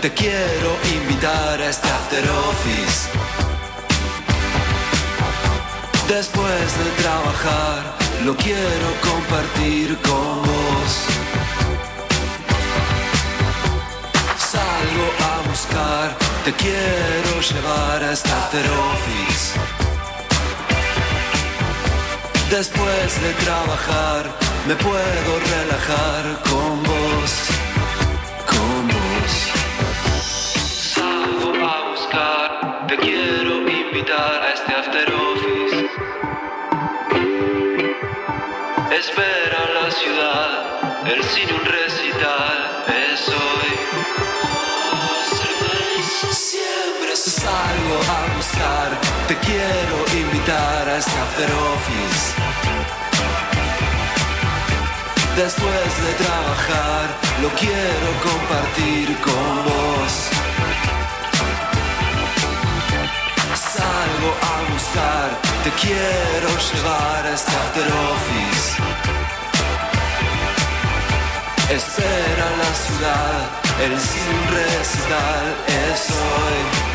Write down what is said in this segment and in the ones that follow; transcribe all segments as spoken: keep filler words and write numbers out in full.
te quiero invitar a este after office. Después de trabajar, lo quiero compartir con vos. Salgo a buscar, te quiero llevar a este after office. Después de trabajar, me puedo relajar con vos, con vos. Salgo a buscar, te quiero invitar a este after office. Espera la ciudad, el cine un recital, es hoy. Siempre salgo a buscar, te quiero invitar a este after office. Después de trabajar, lo quiero compartir con vos. Salgo a buscar, te quiero llevar a este after office. Espera la ciudad, el cine recital es hoy.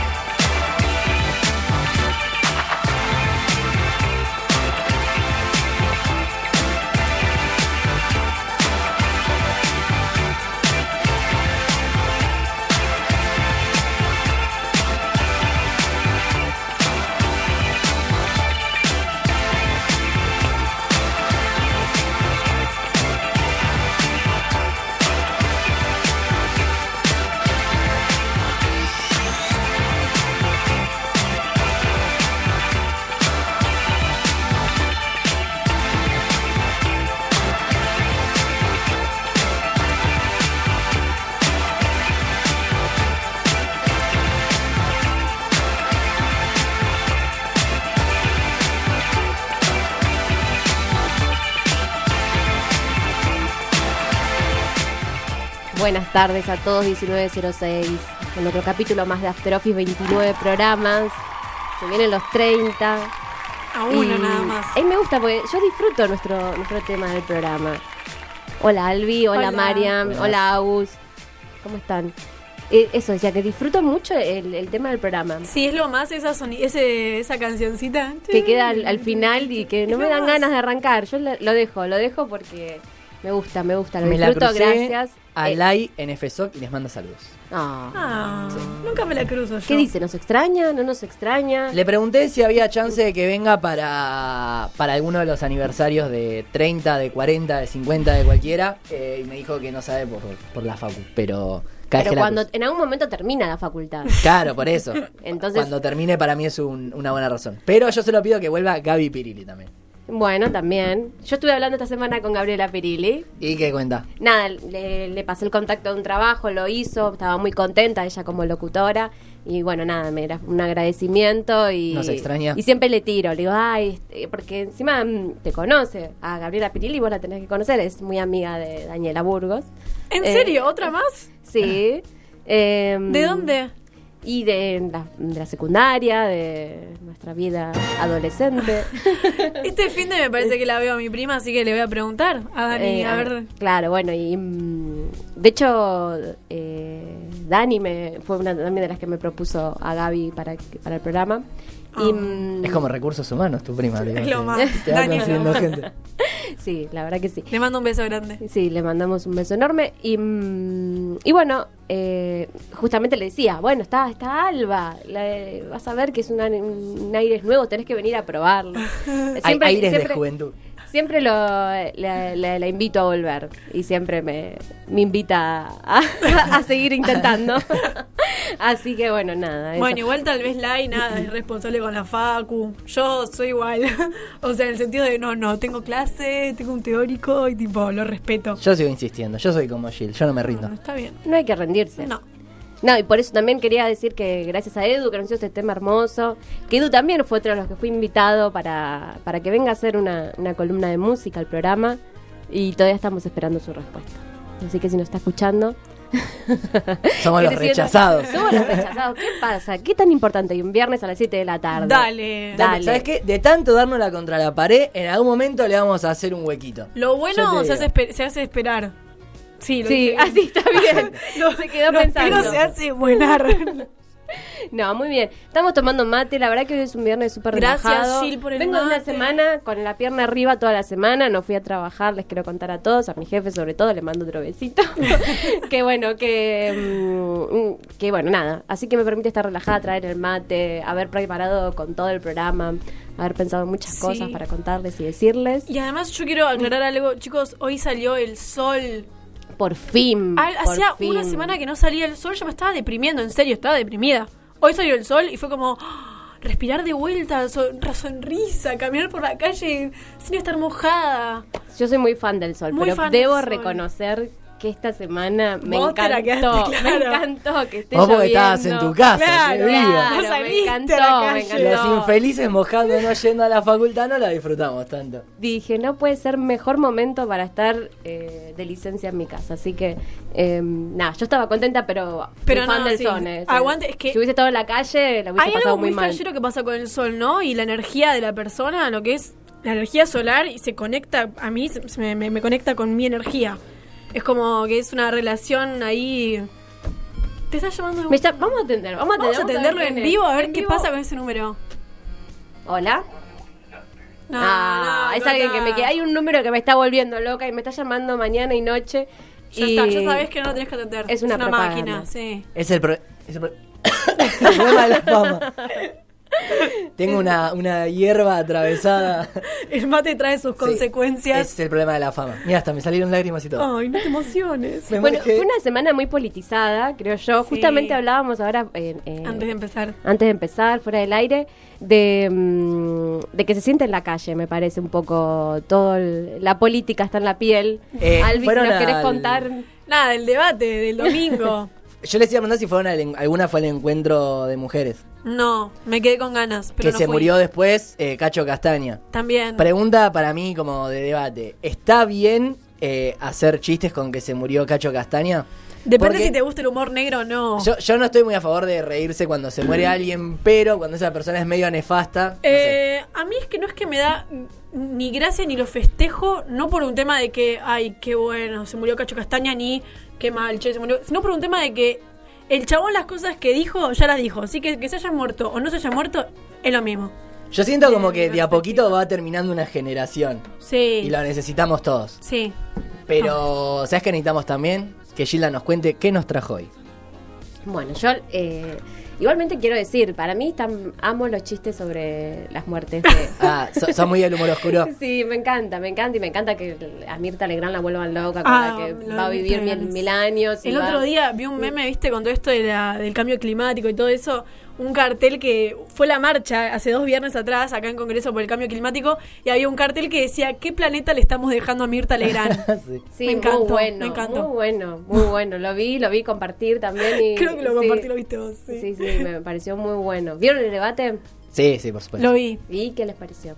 Buenas tardes a todos, diecinueve cero seis, en otro capítulo más de After Office, veintinueve programas, se vienen los treinta. A uno nada más. A mí me gusta porque yo disfruto nuestro, nuestro tema del programa. Hola Albi, hola, hola. Mariam, hola. hola Agus, ¿cómo están? Eh, eso, decía que disfruto mucho el, el tema del programa. Sí, es lo más esa soni- ese, esa cancioncita que queda al, al final y que no me dan más ganas de arrancar. Yo lo, lo dejo, lo dejo porque me gusta, me gusta, lo me disfruto, la crucé gracias. A eh. Lai en F S O C y les manda saludos. Oh. Ah, sí. Nunca me la cruzo yo. ¿Qué dice? ¿Nos extraña? ¿No nos extraña? Le pregunté si había chance de que venga para, para alguno de los aniversarios de treinta, de cuarenta, de cincuenta, de cualquiera. Eh, y me dijo que no sabe por, por la facu, pero... Pero cuando en algún momento termina la facultad. Claro, por eso. Entonces, cuando termine para mí es un, una buena razón. Pero yo se lo pido que vuelva Gaby Pirilli también. Bueno, también. Yo estuve hablando esta semana con Gabriela Pirilli. ¿Y qué cuenta? Nada, le, le pasé el contacto de un trabajo, lo hizo, estaba muy contenta ella como locutora. Y bueno, nada, me era un agradecimiento y... ¿Nos extraña? Y siempre le tiro, le digo, ay, porque encima te conoce. A Gabriela Pirilli vos la tenés que conocer, es muy amiga de Daniela Burgos. ¿En eh, serio? ¿Otra más? Sí. eh, ¿De dónde? Y de la, de la secundaria, de nuestra vida adolescente. Este fin de me parece que la veo a mi prima, así que le voy a preguntar a Dani, eh, a ver. Claro, bueno, y de hecho, eh, Dani me fue una también de las que me propuso a Gaby para, para el programa. Oh. Y, mm, es como recursos humanos tu prima. Digo, es lo te, más. te va Dani consiguiendo lo gente. Sí, la verdad que sí. Le mando un beso grande. Sí, le mandamos un beso enorme. Y, mm, y bueno, eh, justamente le decía, bueno, está, está Alba, la, vas a ver que es una, un aire nuevo, tenés que venir a probarlo. Siempre, Hay aires siempre, de juventud. Siempre lo, la, la, la invito a volver y siempre me, me invita a, a seguir intentando. Así que bueno, nada. Eso. Bueno, igual tal vez Lai nada, es responsable con la facu. Yo soy igual. O sea, en el sentido de no, no, tengo clase, tengo un teórico y tipo, lo respeto. Yo sigo insistiendo, yo soy como Jill, yo no me rindo. No, no, está bien. No hay que rendirse. No. No, y por eso también quería decir que gracias a Edu que nos hizo este tema hermoso, que Edu también fue otro de los que fue invitado para, para que venga a hacer una, una columna de música al programa y todavía estamos esperando su respuesta. Así que si nos está escuchando... Somos los rechazados. Somos los rechazados. ¿Qué pasa? ¿Qué tan importante? Y un viernes a las siete de la tarde. Dale. Dale. ¿Sabes qué? De tanto dárnosla contra la pared, en algún momento le vamos a hacer un huequito. Lo bueno se hace, esper- se hace esperar. Sí, lo Sí, dije. así está bien. Lo- se quedó lo pensando. espero se hace buenar. No, muy bien. Estamos tomando mate. La verdad que hoy es un viernes súper Gracias, relajado. Gil, por el Vengo de una mate. semana con la pierna arriba toda la semana. No fui a trabajar, les quiero contar a todos. A mi jefe sobre todo, le mando otro besito. Que bueno, que... mm, que bueno, nada. Así que me permite estar relajada, traer el mate, haber preparado con todo el programa, haber pensado en muchas Sí. cosas para contarles y decirles. Y además yo quiero aclarar algo, chicos, hoy salió el sol. Por fin. Al- por hacía fin. una semana que no salía el sol, yo me estaba deprimiendo, en serio, estaba deprimida. Hoy salió el sol y fue como ¡ah! Respirar de vuelta, son- sonrisa, caminar por la calle sin estar mojada. Yo soy muy fan del sol, Muy pero fan del debo sol. reconocer que esta semana me Vos te la encantó. quedaste Me clara. encantó que esté Vos porque lloviendo. estabas en tu casa, Claro, qué viva. No Claro, me saliste encantó, a la me calle. encantó. Los infelices mojándonos yendo a la facultad no la disfrutamos tanto. Dije, no puede ser mejor momento para estar eh, de licencia en mi casa. Así que, eh, nada, yo estaba contenta, pero, Pero soy fan no, del sí. sol. eh. Aguante, es que- Si hubiese estado en la calle, la hubiese Hay pasado algo muy muy mal. flashero que pasa con el sol, ¿no? Y la energía de la persona, lo que es la energía solar, y se conecta, a mí se- se me, me- me conecta con mi energía. Es como que es una relación ahí... ¿Te está llamando? Me está- vamos a atender, vamos a atender. Vamos a atenderlo ver en quién es. vivo a ver En qué vivo. pasa con ese número. Hola. No, ah, no, es alguien que me cortá. que hay un número que me está volviendo loca y me está llamando mañana y noche. Ya y está, ya sabes que no lo tenés que atender. es una propaganda. máquina, sí. Es el, pro- es el, pro- el problema de la fama. Tengo una, una hierba atravesada. El mate trae sus Sí, consecuencias. Es el problema de la fama. Mira, hasta me salieron lágrimas y todo. Ay, no te emociones. Me Bueno, mojé. fue una semana muy politizada, creo yo. Sí. Justamente hablábamos ahora, eh, eh, Antes de empezar. antes de empezar, fuera del aire, de, mm, de que se siente en la calle, me parece un poco. Todo el- la política está en la piel. Eh, Albi, si fueron nos querés al- contar. Nada, el debate del domingo. Yo les iba a preguntar si fueron al en- alguna fue al encuentro de mujeres. No, me quedé con ganas. Pero que no se fui. murió después eh, Cacho Castaña. También. Pregunta para mí como de debate. ¿Está bien eh, hacer chistes con que se murió Cacho Castaña? Depende Porque si te gusta el humor negro o no. Yo, yo no estoy muy a favor de reírse cuando se muere alguien, pero cuando esa persona es medio nefasta. no sé. Eh, a mí es que no es que me da ni gracia ni lo festejo, no por un tema de que, ay, qué bueno, se murió Cacho Castaña, ni qué mal, che, se murió, sino por un tema de que el chabón las cosas que dijo, ya las dijo. Así que que se haya muerto o no se haya muerto, es lo mismo. Yo siento como que de a poquito va terminando una generación. Sí. Y lo necesitamos todos. Sí. Pero, ¿sabes qué necesitamos también? Que Gilda nos cuente qué nos trajo hoy. Bueno, yo eh, igualmente quiero decir, para mí están, amo los chistes sobre las muertes de... Ah, so- son muy del humor oscuro. Sí, me encanta, me encanta y me encanta que a Mirta Legrand la vuelvan loca con Ah, la que lo va a de vivir Mirta mil, Legrand. mil años. y El va- otro día vi un meme, viste, con todo esto de la- del cambio climático y todo eso, un cartel que fue la marcha hace dos viernes atrás acá en Congreso por el cambio climático y había un cartel que decía ¿qué planeta le estamos dejando a Mirta Legrand? Sí. Sí, me encantó, muy bueno, me encantó. muy bueno, muy bueno. Lo vi, lo vi compartir también y... Creo que lo sí, compartí, lo viste vos. Sí. Sí, sí, me pareció muy bueno. ¿Vieron el debate? Sí, sí, por supuesto. Lo vi. ¿Y qué les pareció?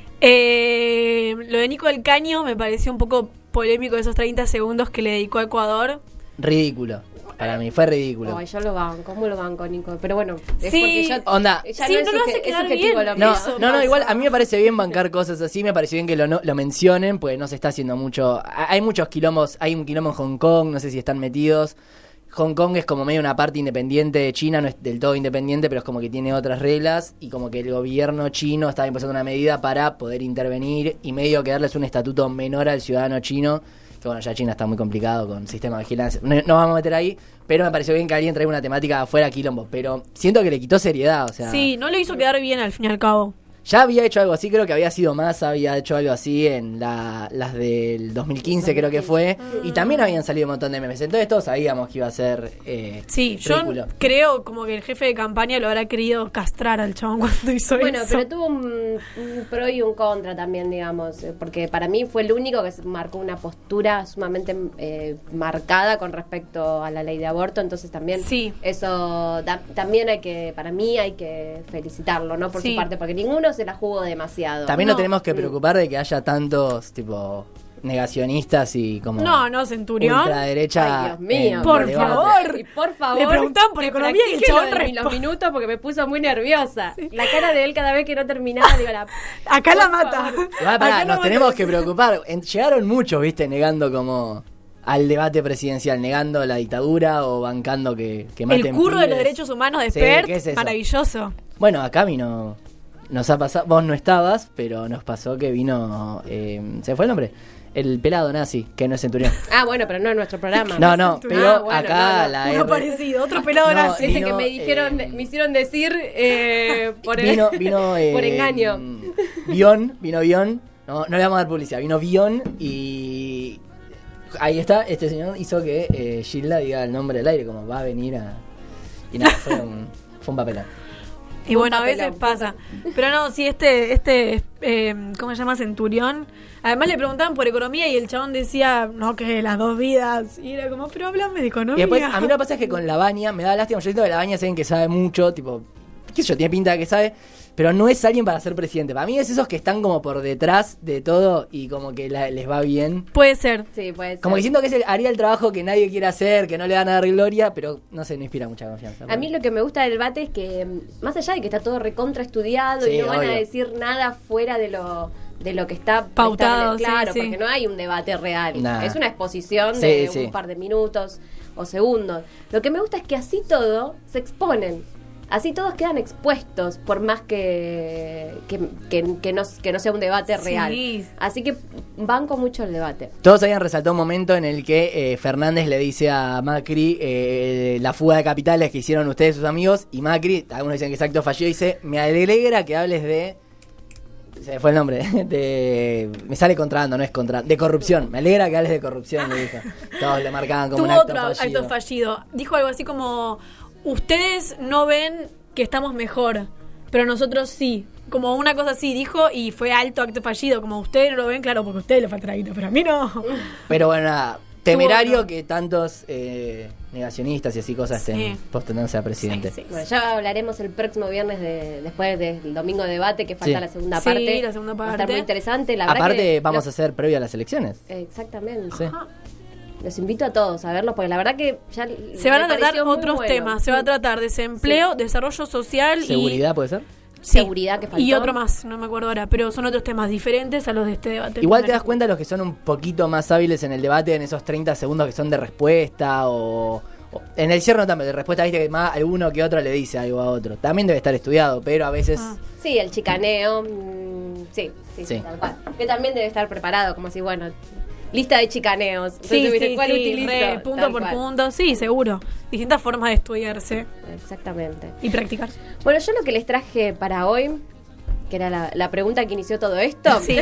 Eh, lo de Nico del Caño me pareció un poco polémico esos treinta segundos que le dedicó a Ecuador. Ridículo. Para mí fue ridículo. Ay, yo lo banco, ¿cómo lo banco, Nico? Pero bueno, es Sí. porque yo... Onda. ya Sí, no, es no lo suje- hace es quedar subjetivo bien. lo No, mío. Eso no, no, pasa. igual a mí me parece bien bancar cosas así, me pareció bien que lo, no- lo mencionen, pues no se está haciendo mucho. Ha- Hay muchos quilombos, hay un quilombo en Hong Kong, no sé si están metidos. Hong Kong es como medio una parte independiente de China, no es del todo independiente, pero es como que tiene otras reglas y como que el gobierno chino está impulsando una medida para poder intervenir y medio que darles un estatuto menor al ciudadano chino. Que bueno, ya China está muy complicado con sistema de vigilancia. No, no vamos a meter ahí, pero me pareció bien que alguien traiga una temática afuera quilombo. Pero siento que le quitó seriedad, o sea. Sí, no lo hizo quedar bien al fin y al cabo. Ya había hecho algo así, creo que había sido más, había hecho algo así en la, las del dos mil quince creo que fue, y también habían salido un montón de memes, entonces todos sabíamos que iba a ser eh, Sí, yo ridículo. creo como que el jefe de campaña lo habrá querido castrar al chabón cuando hizo Bueno, eso. pero tuvo un, un pro y un contra también, digamos, eh, porque para mí fue el único que se marcó una postura sumamente eh, marcada con respecto a la ley de aborto, entonces también Sí. eso da- también hay que, para mí hay que felicitarlo, ¿no? Por Sí. su parte, porque ninguno se la jugó demasiado. También No. nos tenemos que preocupar de que haya tantos, tipo, negacionistas y como No, no, Centurión. ultraderecha. Ay, Dios mío. en Por el debate. favor. Y por favor, Le preguntaban por que economía y el practique chabón lo de los responde. minutos porque me puso muy nerviosa. La cara de él cada vez que no terminaba, digo, la... Acá la Por mata. favor. Igual, pará, Acá la nos mata. tenemos que preocupar. En- llegaron muchos, viste, negando como al debate presidencial, negando la dictadura o bancando que, que maten El curro de los pibes. derechos humanos de Sí, Spert, ¿qué es eso? maravilloso. Bueno, acá vino, nos ha pasado, vos no estabas, pero nos pasó que vino, eh, ¿se fue el nombre? El pelado nazi, que no es Centurión. Ah, bueno, pero no en nuestro programa. No, no, Centurión. pero Ah, bueno, acá no, no. la Uno R- parecido, otro pelado No, nazi. Ese vino, que me dijeron, eh, me hicieron decir eh, por, el- vino, vino eh, por engaño. Bion, vino Bion, no, no le vamos a dar publicidad, vino Bion y ahí está, este señor hizo que eh, Gilda diga el nombre del aire, como va a venir a... Y nada, fue un, fue un papelón. Y bueno, a papelón. veces pasa. Pero no, sí, este, este eh, ¿cómo se llama? Centurión. Además le preguntaban por economía y el chabón decía, no, que las dos vidas. Y era como, pero háblame de economía. Y después, a mí lo que pasa es que con Lavagna, me da lástima, yo siento que Lavagna es alguien que sabe mucho, tipo, qué sé yo, tiene pinta de que sabe, pero no es alguien para ser presidente. Para mí es esos que están como por detrás de todo y como que la- les va bien. Puede ser. Sí, puede ser. Como que siento que es el- haría el trabajo que nadie quiere hacer, que no le van a dar gloria, pero no sé, no inspira mucha confianza. A mí lo que me gusta del debate es que, mm, más allá de que está todo recontra estudiado Sí, y no van a obvio. decir nada fuera de lo de lo que está Pautado, estable- claro, sí, sí. porque no hay un debate real. Nah. Es una exposición Sí, de sí. un par de minutos o segundos. Lo que me gusta es que así todo se exponen. Así todos quedan expuestos, por más que, que, que, que no, que no sea un debate Sí. real. Así que banco mucho el debate. Todos habían resaltado un momento en el que eh, Fernández le dice a Macri eh, la fuga de capitales que hicieron ustedes, sus amigos, y Macri, algunos dicen que es acto fallido, dice, me alegra que hables de... Se me fue el nombre, de... Me sale contrabando, no es contra... De corrupción, me alegra que hables de corrupción, le dijo. Todos le marcaban como Tuvo un acto otro fallido. acto fallido. Dijo algo así como, ustedes no ven que estamos mejor, pero nosotros sí. Como una cosa así dijo y fue alto acto fallido. Como ustedes no lo ven, claro, porque a ustedes les falta la guita, pero a mí no. Pero bueno, nada, temerario otro. que tantos eh, negacionistas y así cosas Sí. estén postulándose a presidente. Sí, sí. Bueno, ya hablaremos el próximo viernes de, después del domingo de debate, que falta Sí. la segunda Sí, parte. la segunda Va a estar parte. muy interesante. La verdad Aparte, que vamos los- a hacer previo a las elecciones. Exactamente. Sí. Ajá. Los invito a todos a verlos, porque la verdad que ya Se van me a tratar pareció muy otros bueno. temas. Se va a tratar desempleo, desarrollo social ¿Seguridad puede ser? y sí, Seguridad que faltó. y otro más, no me acuerdo ahora, pero son otros temas diferentes a los de este debate. Igual te das cuenta los que son un poquito más hábiles en el debate, en esos treinta segundos que son de respuesta o... o- en el cierre no también, de respuesta, viste que más alguno que otro le dice algo a otro. También debe estar estudiado, pero a veces... Ah. Sí, el chicaneo. mm, sí, sí, Sí. tal cual. Que también debe estar preparado, como si, bueno, lista de chicaneos. Sí, Entonces, ¿viste? sí, ¿cuál sí, utilizo? re, punto Tal por cual. punto, sí, seguro. Distintas formas de estudiarse Exactamente. y practicar. Bueno, yo lo que les traje para hoy, que era la, la pregunta que inició todo esto, Sí.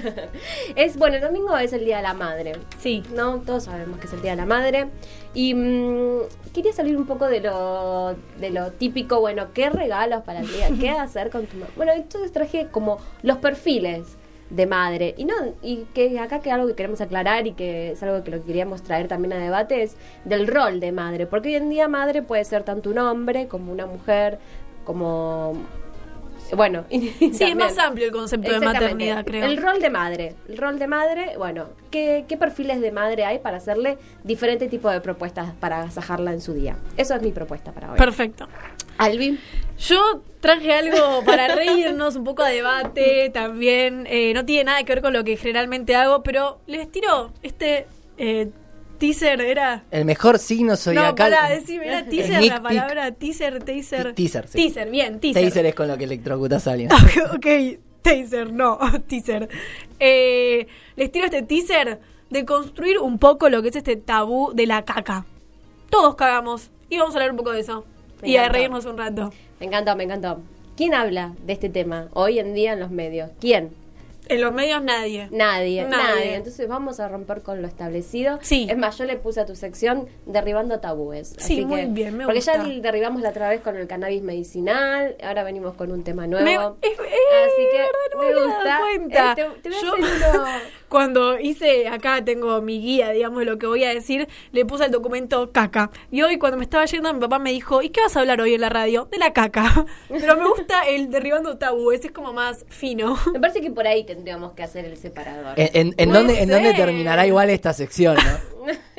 es, bueno, el domingo es el Día de la Madre. Sí. No, todos sabemos que es el Día de la Madre. Y mm, quería salir un poco de lo, de lo típico, bueno, ¿qué regalos para el día? ¿Qué hacer con tu madre? Bueno, entonces traje como los perfiles de madre. Y no y que acá que algo que queremos aclarar y que es algo que lo que queríamos traer también a debate es del rol de madre. Porque hoy en día madre puede ser tanto un hombre como una mujer, como... Bueno, Sí, es más amplio el concepto de Exactamente. maternidad, creo. El rol de madre. El rol de madre, bueno, ¿qué, qué perfiles de madre hay para hacerle diferente tipo de propuestas para agasajarla en su día? Eso es mi propuesta para hoy. Perfecto. Alvin. Yo traje algo para reírnos, un poco de debate también. Eh, no tiene nada que ver con lo que generalmente hago, pero les tiro este eh, teaser, ¿era? El mejor signo No, zodiacal... pará, decime, era teaser Sneak la peek. palabra, teaser, taser. Ti- teaser, sí. Teaser, bien, teaser. Taser es con lo que electrocutas a alguien. Ok, taser, no, teaser. Eh, les tiro este teaser de construir un poco lo que es este tabú de la caca. Todos cagamos y vamos a hablar un poco de eso. Me Y a encantó. reírnos un rato. Me encantó, me encantó. ¿Quién habla de este tema hoy en día en los medios? ¿Quién? En los medios nadie. Nadie, nadie, Nadie. Entonces vamos a romper con lo establecido. Sí. Es más, yo le puse a tu sección derribando tabúes. Sí, Así muy que- bien, me Porque ya gusta. el- derribamos la otra vez con el cannabis medicinal, ahora venimos con un tema nuevo. Me- es- es Así que verdad, no me me había gusta. dado cuenta. Eh, te, te voy a Yo- hacer uno... Cuando hice, acá tengo mi guía, digamos, de lo que voy a decir, le puse al documento caca. Y hoy cuando me estaba yendo, mi papá me dijo, ¿y qué vas a hablar hoy en la radio? De la caca. Pero me gusta el derribando tabú, ese es como más fino. Me parece que por ahí tendríamos que hacer el separador. ¿En, en, en Puede dónde, ¿En dónde ser. terminará igual esta sección, no?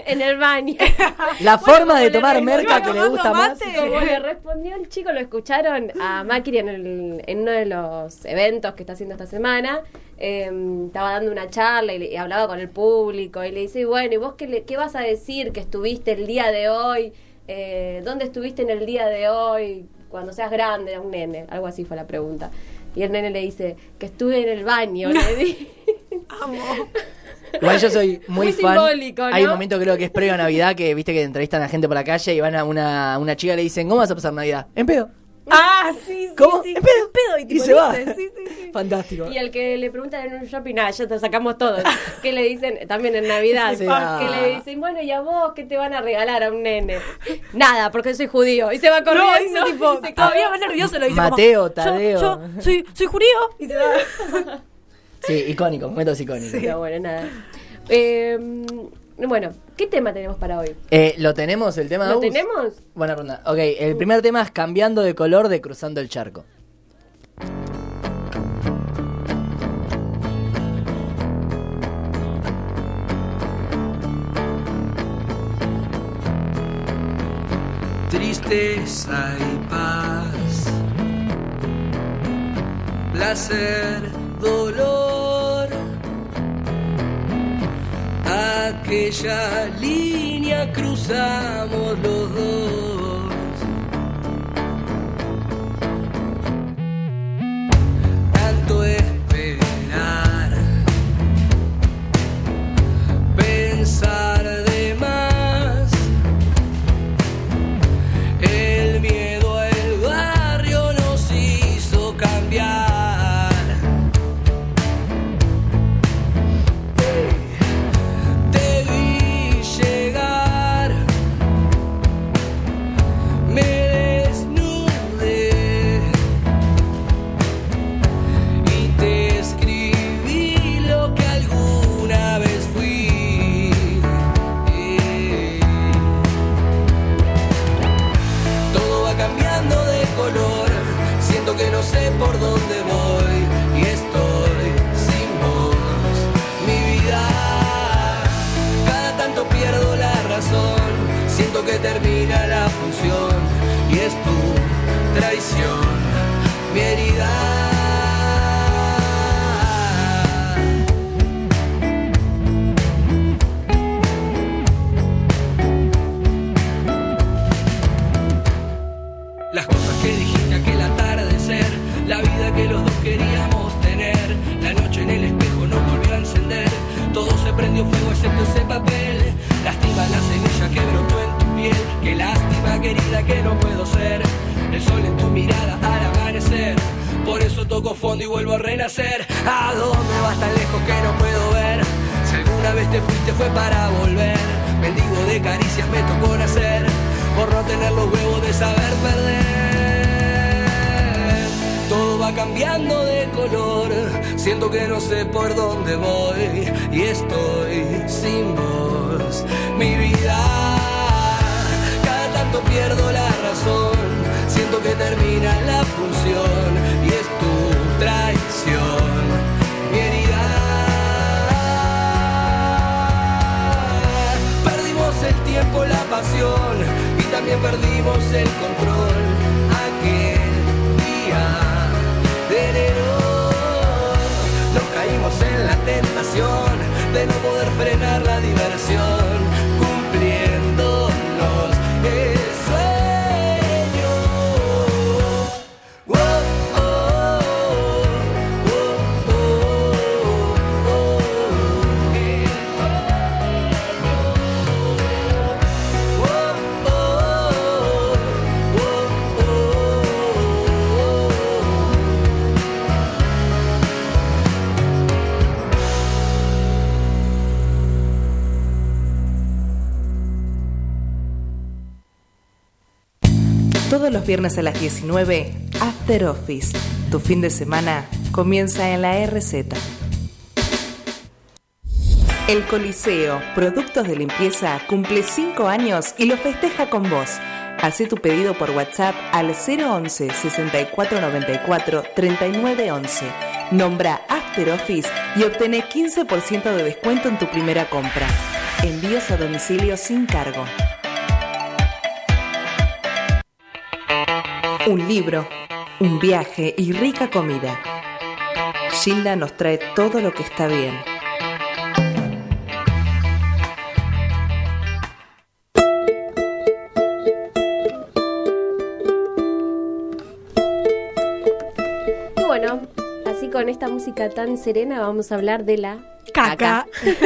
En el baño. La Bueno, forma de como tomar le merca iba que le tomando gusta más. mate. Como le respondió el chico, lo escucharon a Macri en, el, en uno de los eventos que está haciendo esta semana. Eh, estaba dando una charla y, le, y hablaba con el público y le dice, bueno, ¿y vos qué, le, qué vas a decir que estuviste el día de hoy? Eh, ¿Dónde estuviste en el día de hoy? Cuando seas grande, a un nene. Algo así fue la pregunta. Y el nene le dice, que estuve en el baño, le di. Amo. Igual yo soy muy, Muy fan. simbólico, ¿no? Hay un momento, creo que es previo a Navidad, que viste que entrevistan a gente por la calle y van a una, una chica y le dicen, ¿cómo vas a pasar Navidad? En pedo. Ah, sí, sí. ¿Cómo? Sí, En pedo. en pedo. Y, Y tipo, se va. dice, sí, sí, sí. Fantástico. Y el que le preguntan en un shopping, nada, ya te sacamos todo. ¿Qué le dicen? También en Navidad. Sí, que ah. le dicen, bueno, ¿y a vos qué te van a regalar a un nene? Nada, porque soy judío. Y se va corriendo. No, no, tipo, tipo, todavía más nervioso lo dice. como, Mateo, yo- Tadeo. Yo, soy, soy judío. Y se va. Sí, icónico, momentos icónicos. Pero bueno, nada. Eh, bueno, ¿qué tema tenemos para hoy? Eh, ¿Lo tenemos el tema? ¿Lo Agus? tenemos? Buena ronda. Ok, el primer tema es Cambiando de color de Cruzando el Charco. Tristeza y paz, placer, dolor, aquella línea cruzamos los dos. Tanto esperar, pensar de más. El miedo al barrio nos hizo cambiar. Te vi llegar, me desnudé y te escribí lo que alguna vez fui. Todo va cambiando de color, siento que no sé por dónde voy y estoy sin vos, mi vida. Cada tanto pierdo la razón, siento que termina la función y es tu traición, mi herida. Las cosas que dijiste aquel atardecer, la vida que los dos queríamos tener, la noche en el espejo nos volvió a encender, todo se prendió fuego excepto ese papel. Lástima la semilla que brotó en tu piel, qué lástima querida que no puedo ser el sol en tu mirada al amanecer. Por eso toco fondo y vuelvo a renacer. ¿A dónde vas tan lejos que no puedo ver? Si alguna vez te fuiste fue para volver. Mendigo de caricias me tocó nacer, por no tener los huevos de saber perder. Todo va cambiando de color, siento que no sé por dónde voy y estoy sin vos, mi vida. Cada tanto pierdo la razón, siento que termina la función y es tu traición, mi herida. Perdimos el tiempo, la pasión y también perdimos el control. Aquel día de enero nos caímos en la tentación de no poder frenar la diversión, cumpliéndonos el sueño. Oh, oh, oh, oh, oh, oh. El Todos los viernes a las diecinueve, After Office. Tu fin de semana comienza en la R Z. El Coliseo, productos de limpieza, cumple cinco años y lo festeja con vos. Hacé tu pedido por WhatsApp al cero once, sesenta y cuatro noventa y cuatro, treinta y nueve once. Nombra After Office y obtené quince por ciento de descuento en tu primera compra. Envíos a domicilio sin cargo. Un libro, un viaje y rica comida. Gilda nos trae todo lo que está bien. Y bueno, así con esta música tan serena vamos a hablar de la Caca.